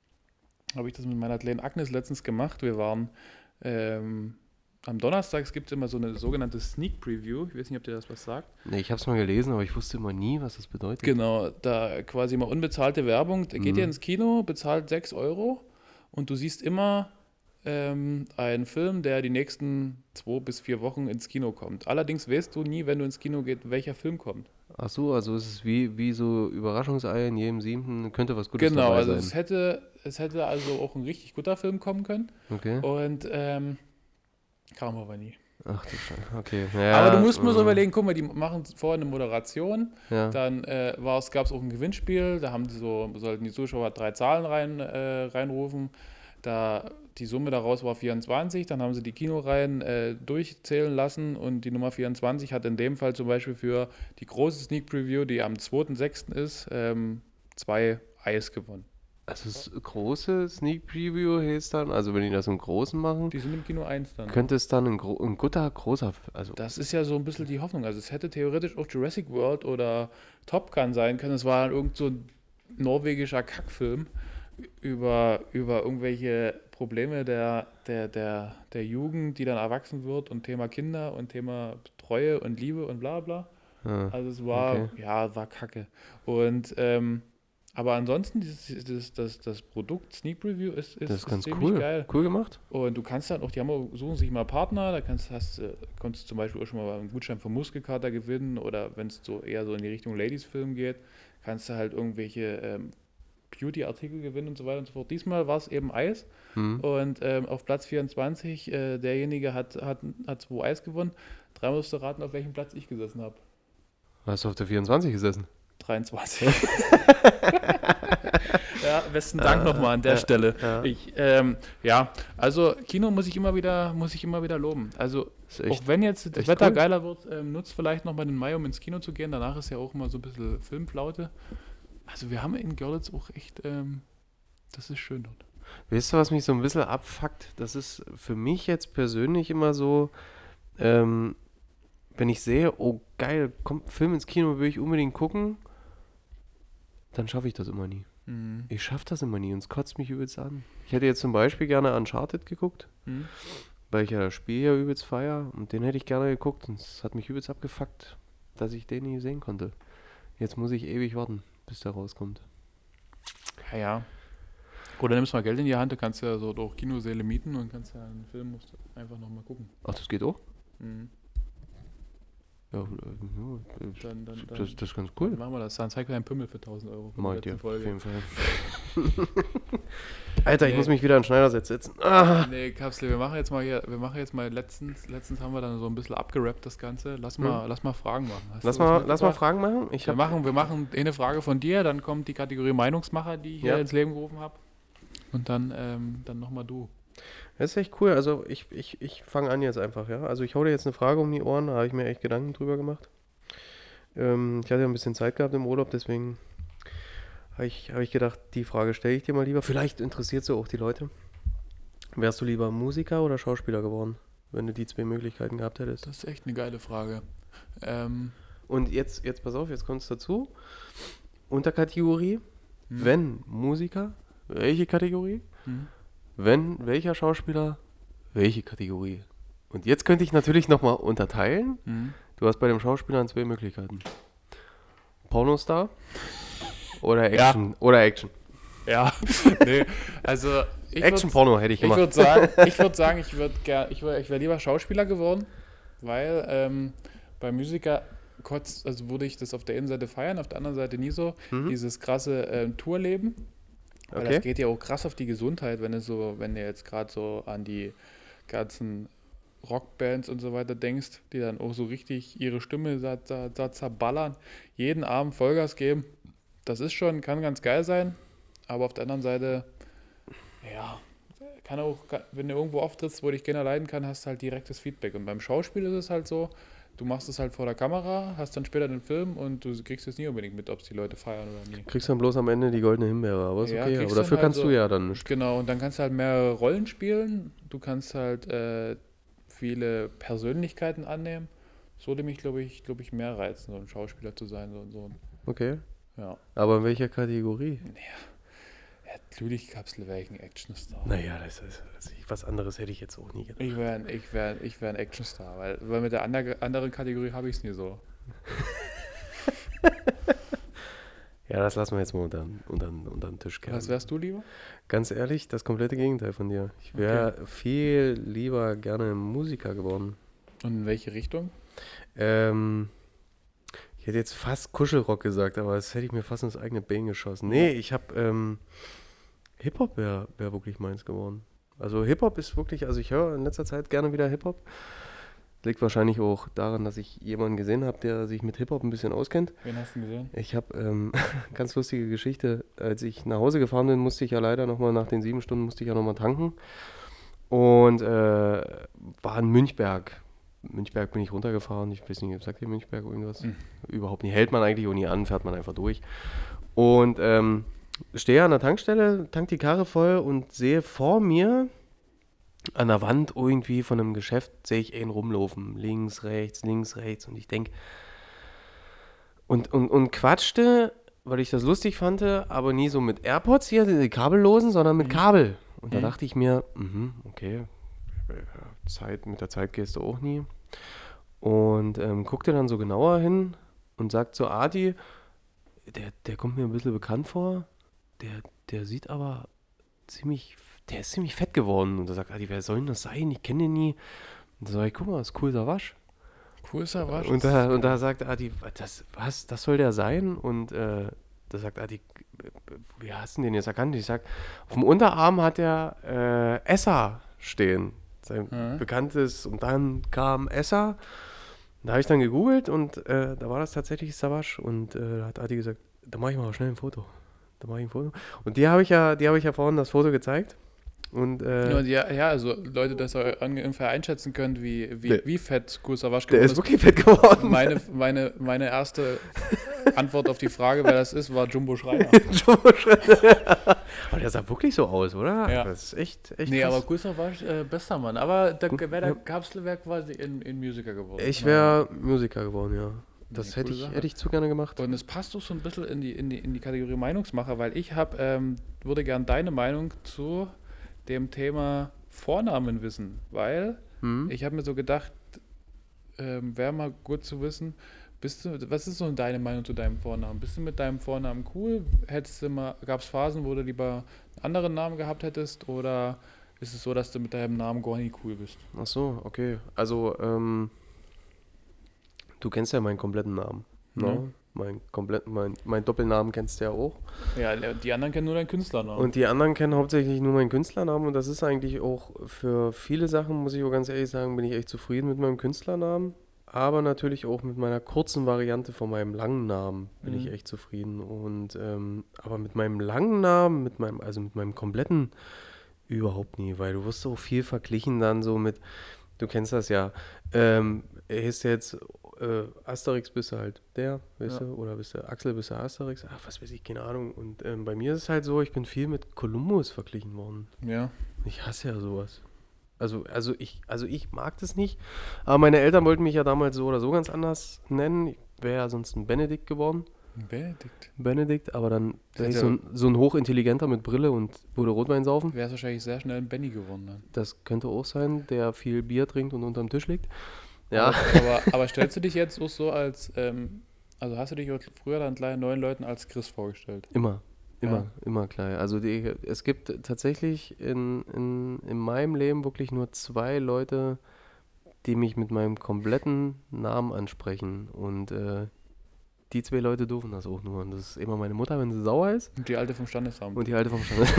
habe ich das mit meiner kleinen Agnes letztens gemacht. Wir waren ähm, am Donnerstag, gibt es immer so eine sogenannte Sneak Preview. Ich weiß nicht, ob dir das was sagt. Nee, ich hab's mal gelesen, aber ich wusste immer nie, was das bedeutet. Genau, da quasi mal unbezahlte Werbung. Da geht Mhm. ihr ins Kino, bezahlt sechs Euro und du siehst immer ähm, einen Film, der die nächsten zwei bis vier Wochen ins Kino kommt. Allerdings weißt du nie, wenn du ins Kino gehst, welcher Film kommt. Ach so, also es ist wie, wie so Überraschungsei in jedem siebten, könnte was Gutes Genau, dabei also sein. es hätte, es hätte also auch ein richtig guter Film kommen können Okay. und ähm, kam aber nie. Ach du Scheiße, okay. Ja, aber du musst mir so äh, überlegen, guck mal, die machen vorher eine Moderation. Ja. Dann äh, gab es auch ein Gewinnspiel, da haben die so, sollten die Zuschauer drei Zahlen rein, äh, reinrufen. Da, die Summe daraus war vierundzwanzig, dann haben sie die Kinoreihen äh, durchzählen lassen und die Nummer vierundzwanzig hat in dem Fall zum Beispiel für die große Sneak Preview, die am zweiten sechsten ist, ähm, zwei Eis gewonnen. Also das große Sneak Preview heißt dann, also wenn die das im Großen machen, Die sind im Kino eins dann. könnte es dann ein, gro ein guter, großer, also Das ist ja so ein bisschen die Hoffnung. Also es hätte theoretisch auch Jurassic World oder Top Gun sein können. Es war irgend so ein norwegischer Kackfilm über, über irgendwelche Probleme der, der, der, der Jugend, die dann erwachsen wird und Thema Kinder und Thema Treue und Liebe und bla bla. ja. Also es war, Okay. ja, war kacke. Und ähm, aber ansonsten, dieses, dieses, das, das Produkt Sneak Preview ist, ist, das ist ganz ziemlich cool. geil. Cool gemacht. Und du kannst dann auch, die haben auch, suchen sich mal Partner, da kannst, hast, äh, konntest du zum Beispiel auch schon mal einen Gutschein für Muskelkater gewinnen oder wenn es so eher so in die Richtung Ladies-Film geht, kannst du halt irgendwelche ähm, Beauty-Artikel gewinnen und so weiter und so fort. Diesmal war es eben Eis Hm. und ähm, auf Platz vierundzwanzig, äh, derjenige hat, hat, hat zwei Eis gewonnen. Dreimal musst du raten, auf welchem Platz ich gesessen habe. Hast du auf der vierundzwanzig gesessen? dreiundzwanzig. Ja, besten Dank nochmal an der ja, Stelle. ja. Ich, ähm, ja, also Kino muss ich immer wieder, muss ich immer wieder loben. Also Das ist echt, auch wenn jetzt das echt Wetter cool. geiler wird, ähm, nutzt vielleicht nochmal den Mai, um ins Kino zu gehen. Danach ist ja auch immer so ein bisschen Filmflaute. Also wir haben in Görlitz auch echt ähm, Das ist schön dort. Weißt du, was mich so ein bisschen abfuckt? Das ist für mich jetzt persönlich immer so, ähm, wenn ich sehe, oh geil, kommt ein Film ins Kino, will ich unbedingt gucken, dann schaffe ich das immer nie. Mhm. Ich schaffe das immer nie und es kotzt mich übelst an. Ich hätte jetzt zum Beispiel gerne Uncharted geguckt, Mhm. weil ich ja das Spiel ja übelst feier und den hätte ich gerne geguckt und es hat mich übelst abgefuckt, dass ich den nie sehen konnte. Jetzt muss ich ewig warten, bis der rauskommt. Ja, ja. Oder nimmst mal Geld in die Hand, du kannst ja so durch Kinosäle mieten und kannst ja einen Film musst du einfach nochmal gucken. Ach, das geht auch? Mhm. Ja, äh, ja Dann, dann, dann, das, das ist ganz Dann cool. machen wir das. Dann zeig mir einen Pimmel für tausend Euro. Mach ich dir, auf jeden Fall. Fall. Alter, ich Nee. muss mich wieder an den Schneidersitz setzen. Ah. Nee, Kapsel, wir machen jetzt mal hier, wir machen jetzt mal letztens, letztens haben wir dann so ein bisschen abgerappt das Ganze. Lass mal, Hm. lass mal Fragen machen. Hast Lass du was mal, lass mal mitgebracht? Fragen machen. Ich Wir hab, machen, wir machen eine Frage von dir, dann kommt die Kategorie Meinungsmacher, die ich hier Ja. ins Leben gerufen habe. Und dann, ähm, dann nochmal du. Das ist echt cool. Also ich, ich, ich fange an jetzt einfach, ja. Also ich hau dir jetzt eine Frage um die Ohren, da habe ich mir echt Gedanken drüber gemacht. Ähm, ich hatte ja ein bisschen Zeit gehabt im Urlaub, deswegen habe ich, hab ich gedacht, die Frage stelle ich dir mal lieber. Vielleicht interessiert sie auch die Leute. Wärst du lieber Musiker oder Schauspieler geworden, wenn du die zwei Möglichkeiten gehabt hättest? Das ist echt eine geile Frage. Ähm, Und jetzt, jetzt pass auf, jetzt kommt es dazu. Unterkategorie, hm, wenn Musiker, welche Kategorie? hm. Wenn welcher Schauspieler, welche Kategorie? Und jetzt könnte ich natürlich nochmal unterteilen. Hm. Du hast bei dem Schauspieler zwei Möglichkeiten. Pornostar oder Ja. Action. Oder Action. Ja, nee, also ich würd- Action-Porno hätte ich Ich gemacht. würde sagen, ich würde sagen, ich würde ger- ich wär, ich wär lieber Schauspieler geworden, weil ähm, bei Musiker kotzt, also würde ich das auf der einen Seite feiern, auf der anderen Seite nie so. Mhm. Dieses krasse ähm, Tourleben. Weil Okay. das geht ja auch krass auf die Gesundheit, wenn du so, wenn du jetzt gerade so an die ganzen Rockbands und so weiter denkst, die dann auch so richtig ihre Stimme da, da, da zerballern, jeden Abend Vollgas geben. Das ist schon, kann ganz geil sein, aber auf der anderen Seite, ja, kann auch, wenn du irgendwo auftrittst, wo dich keiner leiden kann, hast du halt direktes Feedback. Und beim Schauspiel ist es halt so, du machst es halt vor der Kamera, hast dann später den Film und du kriegst jetzt nie unbedingt mit, ob es die Leute feiern oder nie. Kriegst dann bloß am Ende die goldene Himbeere, aber ist Ja, okay. kriegst Aber dafür dann halt kannst so- du ja dann nicht. Genau, und dann kannst du halt mehrere Rollen spielen, du kannst halt äh, viele Persönlichkeiten annehmen. Das würde mich, glaube ich, glaube ich, mehr reizen, so ein Schauspieler zu sein, so, so ein, Okay. ja. Aber in welcher Kategorie? Ja, natürlich Kapsel wäre ich ein Actionstar. Naja, das ist, das ist, was anderes hätte ich jetzt auch nie gedacht. Ich wäre ein, ich wär, ich wär ein Actionstar, weil, weil mit der ander, anderen Kategorie habe ich es nie so. Ja, das lassen wir jetzt mal unter, unter, unter den Tisch kehren. Was wärst du lieber? Ganz ehrlich, das komplette Gegenteil von dir. Ich wäre viel lieber gerne Musiker geworden. Und in welche Richtung? Ähm, ich hätte jetzt fast Kuschelrock gesagt, aber das hätte ich mir fast ins eigene Bein geschossen. Nee, ich habe ähm, Hip-Hop wäre wär wirklich meins geworden. Also Hip-Hop ist wirklich, also ich höre in letzter Zeit gerne wieder Hip-Hop. Liegt wahrscheinlich auch daran, dass ich jemanden gesehen habe, der sich mit Hip-Hop ein bisschen auskennt. Wen hast du gesehen? Ich habe, ähm, ganz lustige Geschichte, als ich nach Hause gefahren bin, musste ich ja leider nochmal, nach den sieben Stunden musste ich ja nochmal tanken. Und äh, war in Münchberg. Münchberg bin ich runtergefahren, ich weiß nicht, sagt ihr Münchberg irgendwas? Hm. Überhaupt nicht, hält man eigentlich auch nie an, fährt man einfach durch. Und ähm, stehe an der Tankstelle, tank die Karre voll und sehe vor mir an der Wand irgendwie von einem Geschäft, sehe ich einen rumlaufen, links, rechts, links, rechts. Und ich denke, und, und, und quatschte, weil ich das lustig fand, aber nie so mit AirPods hier, die kabellosen, sondern mit Mhm. Kabel. Und da Mhm. dachte ich mir, mhm, okay, Zeit, mit der Zeit gehst du auch nie. Und ähm, guckte dann so genauer hin und sagt zu Adi, der, der kommt mir ein bisschen bekannt vor, der, der sieht aber ziemlich, der ist ziemlich fett geworden. Und da sagt Adi, wer soll denn das sein? Ich kenne den nie. Und da sag ich, guck mal, das ist cool Savasch. Cool ist er, was? Und da, und da sagt Adi, das, was, das soll der sein? Und äh, da sagt Adi, wie hast du den jetzt erkannt? Ich sag, auf dem Unterarm hat er äh, Essa stehen. Sein Mhm. bekanntes. Und dann kam Essa. Da habe ich dann gegoogelt und äh, da war das tatsächlich Savasch. Und äh, da hat Adi gesagt, da mache ich mal schnell ein Foto. Da mache ich ein Foto. Und die habe ich ja, die habe ich ja vorhin das Foto gezeigt. Und äh, Ja, und ja, ja, also Leute, dass ihr ungefähr einschätzen könnt, wie, wie, Der- wie fett Cool Savage der geworden ist wirklich fett geworden. Meine, meine, meine erste Antwort auf die Frage, wer das ist, war Jumbo Schreiner. Aber der sah wirklich so aus, oder? Ja. Das ist echt, echt Nee, krass. aber Gustav war äh, bester Mann. Aber da Gut, wäre der ja. Kapselwerk quasi in, in Musiker geworden. Ich wäre Musiker geworden, ja. Das Nee, hätte coole ich, Sache. hätte ich zu gerne gemacht. Und es passt doch so ein bisschen in die, in die, in die Kategorie Meinungsmacher, weil ich habe, ähm, würde gern deine Meinung zu dem Thema Vornamen wissen, weil Hm? ich habe mir so gedacht, ähm, wäre mal gut zu wissen, bist du, was ist so deine Meinung zu deinem Vornamen? Bist du mit deinem Vornamen cool? Hättest du mal, gab es Phasen, wo du lieber einen anderen Namen gehabt hättest, oder ist es so, dass du mit deinem Namen gar nicht cool bist? Ach so, okay. Also, ähm, du kennst ja meinen kompletten Namen. Ja. Ne? Mein, komplett, mein, mein Doppelnamen kennst du ja auch. Ja, die anderen kennen nur deinen Künstlernamen. Und die anderen kennen hauptsächlich nur meinen Künstlernamen. Und das ist eigentlich auch für viele Sachen, muss ich auch ganz ehrlich sagen, bin ich echt zufrieden mit meinem Künstlernamen. Aber natürlich auch mit meiner kurzen Variante von meinem langen Namen bin Mhm. ich echt zufrieden. Und ähm, aber mit meinem langen Namen, mit meinem, also mit meinem kompletten, überhaupt nie, weil du wirst so viel verglichen dann so mit, du kennst das ja, ähm, er ist jetzt äh, Asterix, bist du halt der, weißt Ja. du, oder bist du Axel, bist du Asterix, ach, was weiß ich, keine Ahnung. Und ähm, bei mir ist es halt so, ich bin viel mit Kolumbus verglichen worden. Ja. Ich hasse ja sowas. Also, also ich, also ich mag das nicht, aber meine Eltern wollten mich ja damals so oder so ganz anders nennen. Ich wäre ja sonst ein Benedikt geworden. Benedikt. Benedikt, aber dann Das wäre ich ist so ja- ein, so ein Hochintelligenter mit Brille und würde Rotwein saufen. Wäre es wahrscheinlich sehr schnell ein Benny geworden dann. Das könnte auch sein, der viel Bier trinkt und unterm Tisch liegt. Ja, Aber, aber, aber stellst du dich jetzt auch so als, ähm, also hast du dich auch früher dann gleich neuen Leuten als Chris vorgestellt? immer, immer, Ja. immer klar. Also die, es gibt tatsächlich in, in, in meinem Leben wirklich nur zwei Leute, die mich mit meinem kompletten Namen ansprechen. Und äh, die zwei Leute dürfen das auch nur. Und das ist immer meine Mutter, wenn sie sauer ist, Und die alte vom Standesamt. und die alte vom Stand.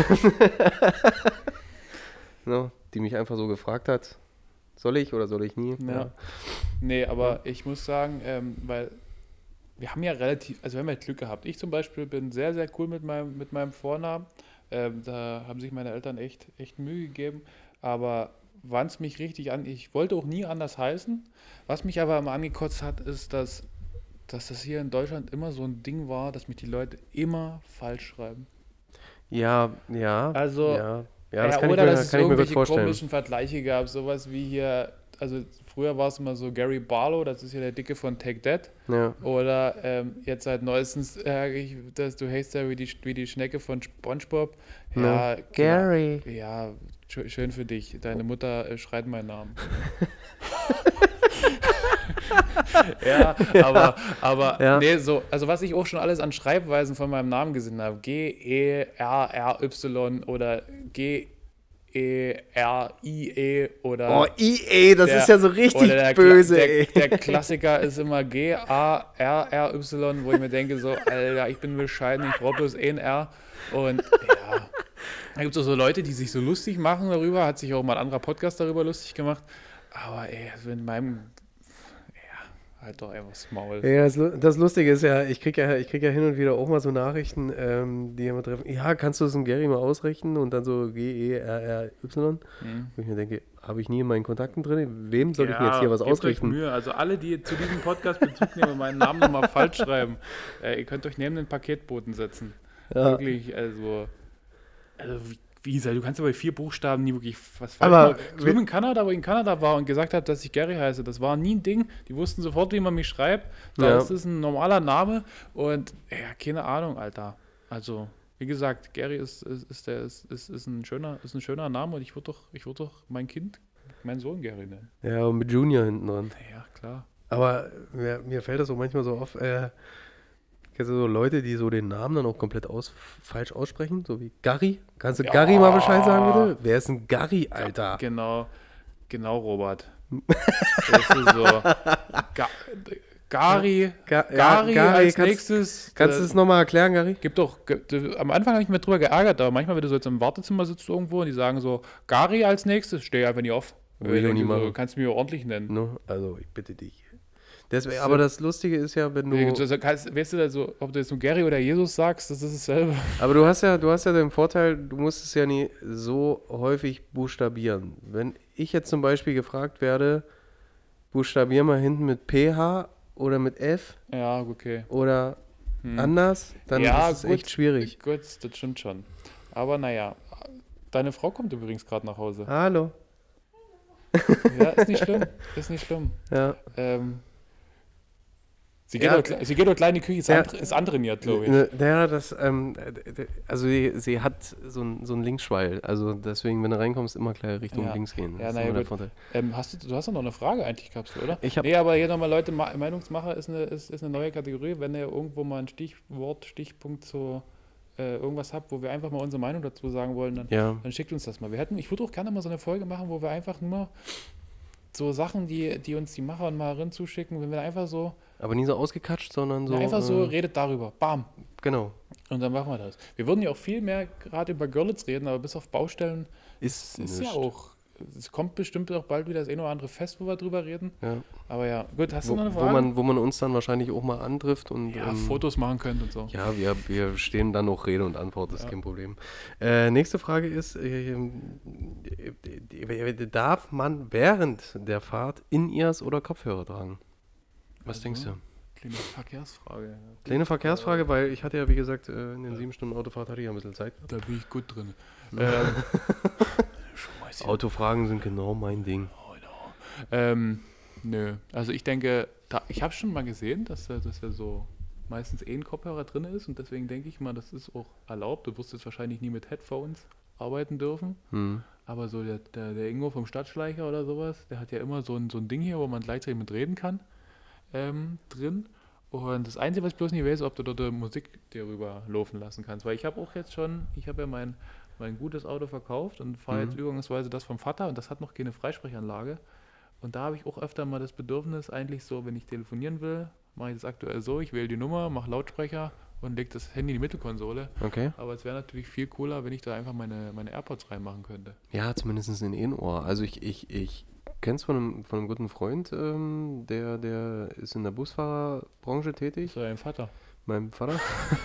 No, die mich einfach so gefragt hat, soll ich oder soll ich nie? Ja. Nee, aber ich muss sagen, ähm, weil wir haben ja relativ, also wir haben ja Glück gehabt. Ich zum Beispiel bin sehr, sehr cool mit meinem, mit meinem Vornamen. Ähm, da haben sich meine Eltern echt, echt Mühe gegeben. Aber wann es mich richtig an, ich wollte auch nie anders heißen. Was mich aber immer angekotzt hat, ist, dass, dass das hier in Deutschland immer so ein Ding war, dass mich die Leute immer falsch schreiben. Ja, ja. Also, ja, ja das Ja, kann ich oder mir, dass es kann ich mir gut irgendwelche vorstellen. komischen Vergleiche gab, sowas wie hier, also früher war es immer so Gary Barlow, das ist ja der Dicke von Take That, Ja. oder ähm, jetzt seit neuestens, äh, ich, dass du heißt ja wie die, wie die Schnecke von SpongeBob. Ja, Ja. Gary. Genau. Ja, sch- schön für dich. Deine Mutter äh, schreit meinen Namen. ja, aber, aber Ja. nee, so, also was ich auch schon alles an Schreibweisen von meinem Namen gesehen habe, G E R R Y oder G E R I E oder Oh, I E, das der- ist ja so richtig oder der, Kla- böse, der, ey. der Klassiker ist immer G A R R Y, wo ich mir denke so, Alter, ich bin bescheiden, ich brauche bloß ein R und ja, da gibt es auch so Leute, die sich so lustig machen darüber, hat sich auch mal ein anderer Podcast darüber lustig gemacht, aber ey, also in meinem, ja, halt doch einfach das Maul. Ja, das, Lu- das Lustige ist ja, ich kriege ja, ich krieg ja hin und wieder auch mal so Nachrichten, ähm, die immer treffen, ja, kannst du es dem Gary mal ausrechnen und dann so G E R R Y, Mhm. wo ich mir denke, habe ich nie in meinen Kontakten drin, wem soll ich mir Ja, jetzt hier was gebt euch ausrichten? Mühe. Also alle, die zu diesem Podcast Bezug nehmen und meinen Namen nochmal falsch schreiben, äh, ihr könnt euch neben den Paketboten setzen. Ja. Wirklich, also, also wie, wie gesagt, du kannst ja bei vier Buchstaben nie wirklich was falsch Aber machen. So wie in Kanada, wo ich in Kanada war und gesagt habe, dass ich Gary heiße, das war nie ein Ding. Die wussten sofort, wie man mich schreibt. Da Ja. ist es ein normaler Name und ja, keine Ahnung, Alter. Also, wie gesagt, Gary ist, ist, ist, der, ist, ist, ist, ein schöner, ist ein schöner Name und ich würde doch, ich würd doch mein Kind, meinen Sohn Gary nennen. Ja, und mit Junior hinten dran. Ja, klar. Aber mir, mir fällt das so manchmal so auf, äh, kennst du so Leute, die so den Namen dann auch komplett aus, falsch aussprechen, so wie Gary? Kannst du Ja. Gary mal Bescheid sagen, bitte? Wer ist ein Gary, Alter? Genau, genau, Robert. Das ist so. Ga Gary, Ga- ja, Gary, Gary, als kannst- nächstes. Kannst du äh, es nochmal erklären, Gary? Gibt doch, ge- d- am Anfang habe ich mich drüber geärgert, aber manchmal, wenn du so jetzt im Wartezimmer sitzt irgendwo und die sagen so, Gary als nächstes, steh einfach nie auf. Will ich auch nie denke so, machen. kannst du mir ordentlich nennen. No, also, ich bitte dich. Deswegen, aber das Lustige ist ja, wenn Du, du. so, kannst, weißt du, da so, ob du jetzt nur Gary oder Jesus sagst, das ist dasselbe. Aber du hast ja, du hast ja den Vorteil, du musst es ja nie so häufig buchstabieren. Wenn ich jetzt zum Beispiel gefragt werde, buchstabier mal hinten mit P H oder mit F Ja, okay. oder Hm. anders, dann Ja, ist es gut. echt schwierig. Gut, das stimmt schon. Aber naja, deine Frau kommt übrigens gerade nach Hause. Hallo. Ja, ist nicht schlimm. Ist nicht schlimm. Ja. Ähm, sie, geht Ja. dort, sie geht dort klein in die Küche, ist, Ja. andre, ist antrainiert, glaube ich. Ne, Ja, das, ähm, d- also sie, sie hat so einen so einen Linksschweil. Also deswegen, wenn du reinkommst, immer gleich Richtung Ja. links gehen. Ja, Das ist naja, immer der gut. Vorteil. Ähm, hast du, du hast doch noch eine Frage eigentlich gehabt, oder? Ich hab- nee, aber hier nochmal Leute, Ma- Meinungsmacher ist eine, ist, ist eine neue Kategorie. Wenn ihr irgendwo mal ein Stichwort, Stichpunkt so äh, irgendwas habt, wo wir einfach mal unsere Meinung dazu sagen wollen, dann, Ja. dann schickt uns das mal. Wir hätten, ich würde auch gerne mal so eine Folge machen, wo wir einfach nur so Sachen, die, die uns die Macher und Macherinnen zuschicken, wenn wir einfach so, Aber nie so ausgekatscht, sondern so. na, einfach so äh, redet darüber. Bam. Genau. Und dann machen wir das. Wir würden ja auch viel mehr gerade über Görlitz reden, aber bis auf Baustellen Ist, es ist ja nischt. auch, es kommt bestimmt auch bald wieder das eine oder andere Fest, wo wir drüber reden. Ja. Aber ja, gut, hast Wo, du noch eine wo, Frage? man, wo man uns dann wahrscheinlich auch mal antrifft und. ja, ähm, Fotos machen könnt und so. Ja, wir, wir stehen dann noch Rede und Antwort, das ist Ja. kein Problem. Äh, nächste Frage ist, äh, äh, darf man während der Fahrt In-Ears oder Kopfhörer tragen? Was Also, denkst du? Kleine Verkehrsfrage. Ja. Kleine Verkehrsfrage, weil ich hatte ja, wie gesagt, äh, in den sieben Stunden Autofahrt hatte ich ja ein bisschen Zeit. Da bin ich gut drin. Ja. Ähm, Schmeiß Autofragen sind genau mein Ding. Oh, no. ähm, nö, also ich denke, da, ich habe schon mal gesehen, dass da dass da so meistens eh ein Kopfhörer drin ist und deswegen denke ich mal, das ist auch erlaubt. Du wirst jetzt wahrscheinlich nie mit Headphones arbeiten dürfen, Hm. aber so der, der, der Ingo vom Stadtschleicher oder sowas, der hat ja immer so ein, so ein Ding hier, wo man gleichzeitig mit reden kann, ähm, drin. Und das Einzige, was ich bloß nicht weiß, ob du dort Musik dir rüber laufen lassen kannst, weil ich habe auch jetzt schon, ich habe ja mein, mein gutes Auto verkauft und fahre Mhm. jetzt übergangsweise das vom Vater und das hat noch keine Freisprechanlage. Und da habe ich auch öfter mal das Bedürfnis, eigentlich so, wenn ich telefonieren will, mache ich das aktuell so, ich wähle die Nummer, mache Lautsprecher und lege das Handy in die Mittelkonsole. Okay. Aber es wäre natürlich viel cooler, wenn ich da einfach meine, meine AirPods reinmachen könnte. Ja, zumindest in ein Ohr. Also ich, ich, ich kenne es von einem, von einem guten Freund, ähm, der, der ist in der Busfahrerbranche tätig. So ein Vater. Meinem Vater.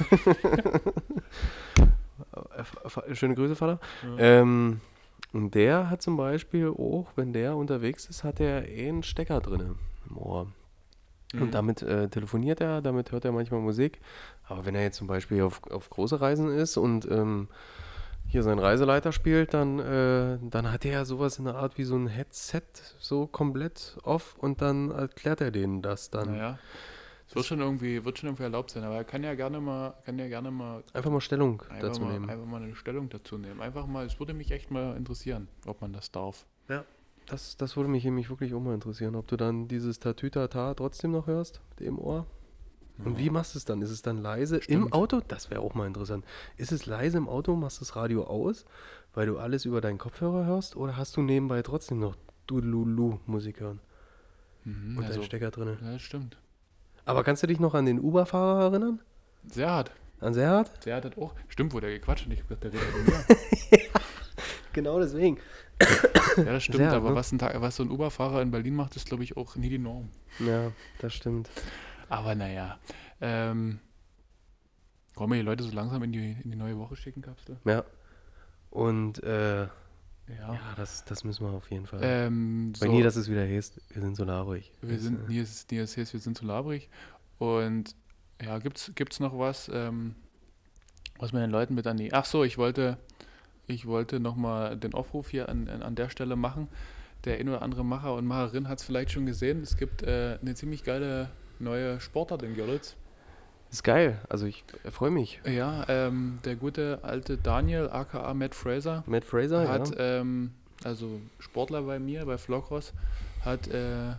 Äh, Fa- Schöne Grüße, Vater. Ja. Ähm, und der hat zum Beispiel auch, wenn der unterwegs ist, hat er eh einen Stecker drin im Ohr. Mhm. Und damit äh, telefoniert er, damit hört er manchmal Musik. Aber wenn er jetzt zum Beispiel auf, auf große Reisen ist und ähm, hier seinen Reiseleiter spielt, dann, äh, dann hat er ja sowas in der Art wie so ein Headset so komplett off und dann erklärt er denen das dann. Naja, es wird schon irgendwie, wird schon irgendwie erlaubt sein, aber er kann ja gerne mal, kann ja gerne mal Einfach mal Stellung einfach dazu mal, nehmen. einfach mal eine Stellung dazu nehmen. Einfach mal, es würde mich echt mal interessieren, ob man das darf. Ja. Das, das würde mich nämlich wirklich auch mal interessieren, ob du dann dieses Tatütata trotzdem noch hörst im Ohr. Und Ja. wie machst du es dann? Ist es dann leise Stimmt. im Auto? Das wäre auch mal interessant. Ist es leise im Auto, machst du das Radio aus, weil du alles über deinen Kopfhörer hörst? Oder hast du nebenbei trotzdem noch Dudelulu-Musik hören Mhm, und also, deinen Stecker drin? ja, das stimmt. Aber kannst du dich noch an den Uber-Fahrer erinnern? Sehr hart. An Serhat? Sehr hart hat auch. Stimmt, wo der gequatscht hat. Ich hab gedacht, der redet mit mir. Genau deswegen. Ja, das stimmt, Sehr hart, aber ne? was, ein, Ta- was so ein Uber-Fahrer in Berlin macht, ist, glaube ich, auch nie die Norm. Ja, das stimmt. Aber naja. Ähm, wollen wir die Leute so langsam in die, in die neue Woche schicken, Kapsel? Ja. Und äh, ja, Ja. das, das müssen wir auf jeden Fall. Ähm, so, Weil nie, dass es wieder heißt, wir sind so laberig. wir Das, sind, äh, nie ist, nie ist, wir sind zu labrig. Und ja, gibt's, gibt's noch was, ähm, was wir den Leuten mit an die... Ach so, ich wollte, ich wollte nochmal den Aufruf hier an, an an der Stelle machen. Der ein oder andere Macher und Macherin hat es vielleicht schon gesehen. Es gibt äh, eine ziemlich geile neue Sportart in Görlitz. Ist geil. Also ich äh, freue mich. Ja, ähm, der gute alte Daniel, aka Matt Fraser, Matt Fraser, hat, ja. ähm, also Sportler bei mir, bei Flokros, hat äh,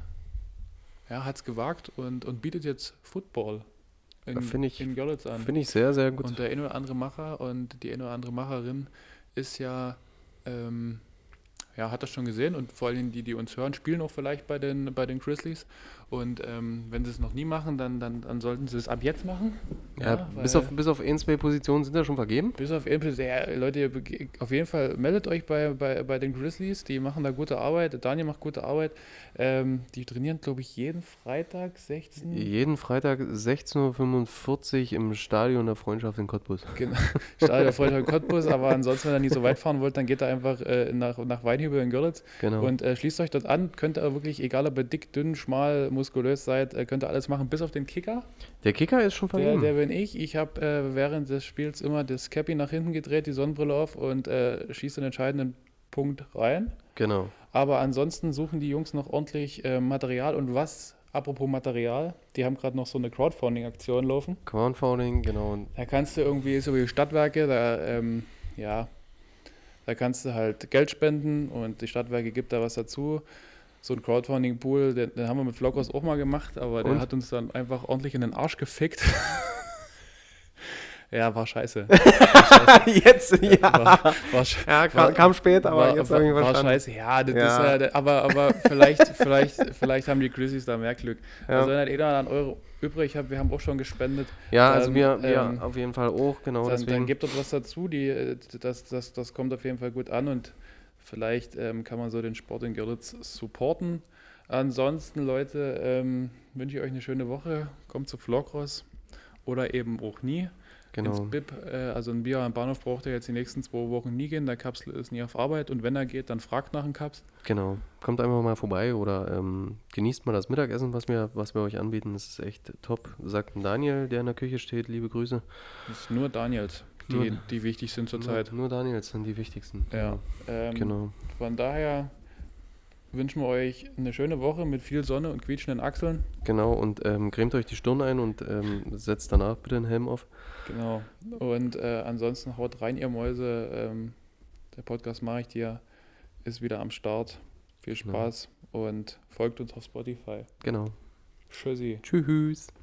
ja, hat's gewagt und, und bietet jetzt Football in, Find ich- in Görlitz an. Finde ich sehr, sehr gut. Und der ein oder andere Macher und die eine oder andere Macherin ist ja, ähm, ja, hat das schon gesehen und vor allem die, die uns hören, spielen auch vielleicht bei den, bei den Grizzlies. Und ähm, wenn sie es noch nie machen, dann, dann, dann sollten sie es ab jetzt machen. ja, bis weil- auf, bis auf ein, zwei Positionen sind ja schon vergeben. bis auf jeden Fall, ja, Leute, ihr bege- auf jeden Fall meldet euch bei, bei, bei den Grizzlies, die machen da gute Arbeit, der Daniel macht gute Arbeit. Ähm, die trainieren, glaube ich, jeden Freitag sechzehn Jeden Freitag sechzehn Uhr fünfundvierzig im Stadion der Freundschaft in Cottbus. Genau, Stadion der Freundschaft in Cottbus, aber ansonsten, wenn ihr nicht so weit fahren wollt, dann geht da einfach äh, nach, nach Weinhövel Table in Görlitz. Genau. Und äh, schließt euch dort an. Könnt ihr wirklich, egal ob ihr dick, dünn, schmal, muskulös seid, äh, könnt ihr alles machen, bis auf den Kicker. Der Kicker ist schon Der, vergeben. der bin ich. Ich habe äh, während des Spiels immer das Cappy nach hinten gedreht, die Sonnenbrille auf und äh, schieße den entscheidenden Punkt rein. Genau. Aber ansonsten suchen die Jungs noch ordentlich äh, Material. Und was, apropos Material, die haben gerade noch so eine Crowdfunding-Aktion laufen. Crowdfunding, genau. Da kannst du irgendwie, so wie Stadtwerke, da, ähm, ja, da kannst du halt Geld spenden und die Stadtwerke gibt da was dazu. So ein Crowdfunding-Pool, den, den haben wir mit Vloggers auch mal gemacht, aber der Und? hat uns dann einfach ordentlich in den Arsch gefickt. Ja, war scheiße. Jetzt, ja. War, war, sch- Ja, kam, war- kam später, aber war, jetzt war, habe ich war verstanden. scheiße. Ja, das Ja. Ist, äh, aber, aber vielleicht, vielleicht, vielleicht haben die Grizzlies da mehr Glück. Ja. Also wenn halt jeder einen Euro übrig hat, wir haben auch schon gespendet. Ja, dann, also wir, wir ähm, auf jeden Fall auch, genau Dann, deswegen. dann gebt dort was dazu, die, äh, das, das, das kommt auf jeden Fall gut an und vielleicht ähm, kann man so den Sport in Görlitz supporten. Ansonsten, Leute, ähm, wünsche ich euch eine schöne Woche. Kommt zu Vlogros oder eben auch nie. Genau. Ins B I P, äh, also ein Bier am Bahnhof braucht ihr jetzt die nächsten zwei Wochen nie gehen. Der Kapsel ist nie auf Arbeit und wenn er geht, dann fragt nach dem Kaps. Genau. Kommt einfach mal vorbei oder ähm, genießt mal das Mittagessen, was wir, was wir euch anbieten. Das ist echt top. Sagt ein Daniel, der in der Küche steht. Liebe Grüße. Das ist nur Daniels, die, Nur- die wichtig sind zurzeit. Nur, nur Daniels sind die wichtigsten. Ja. Ähm, Genau. Von daher wünschen wir euch eine schöne Woche mit viel Sonne und quietschenden Achseln. Genau. Und ähm, cremt euch die Stirn ein und ähm, setzt danach bitte einen Helm auf. Genau. Und äh, ansonsten haut rein, ihr Mäuse. Ähm, der Podcast mache ich dir. Ist wieder am Start. Viel Spaß und folgt uns auf Spotify. Genau. Tschüssi. Tschüss.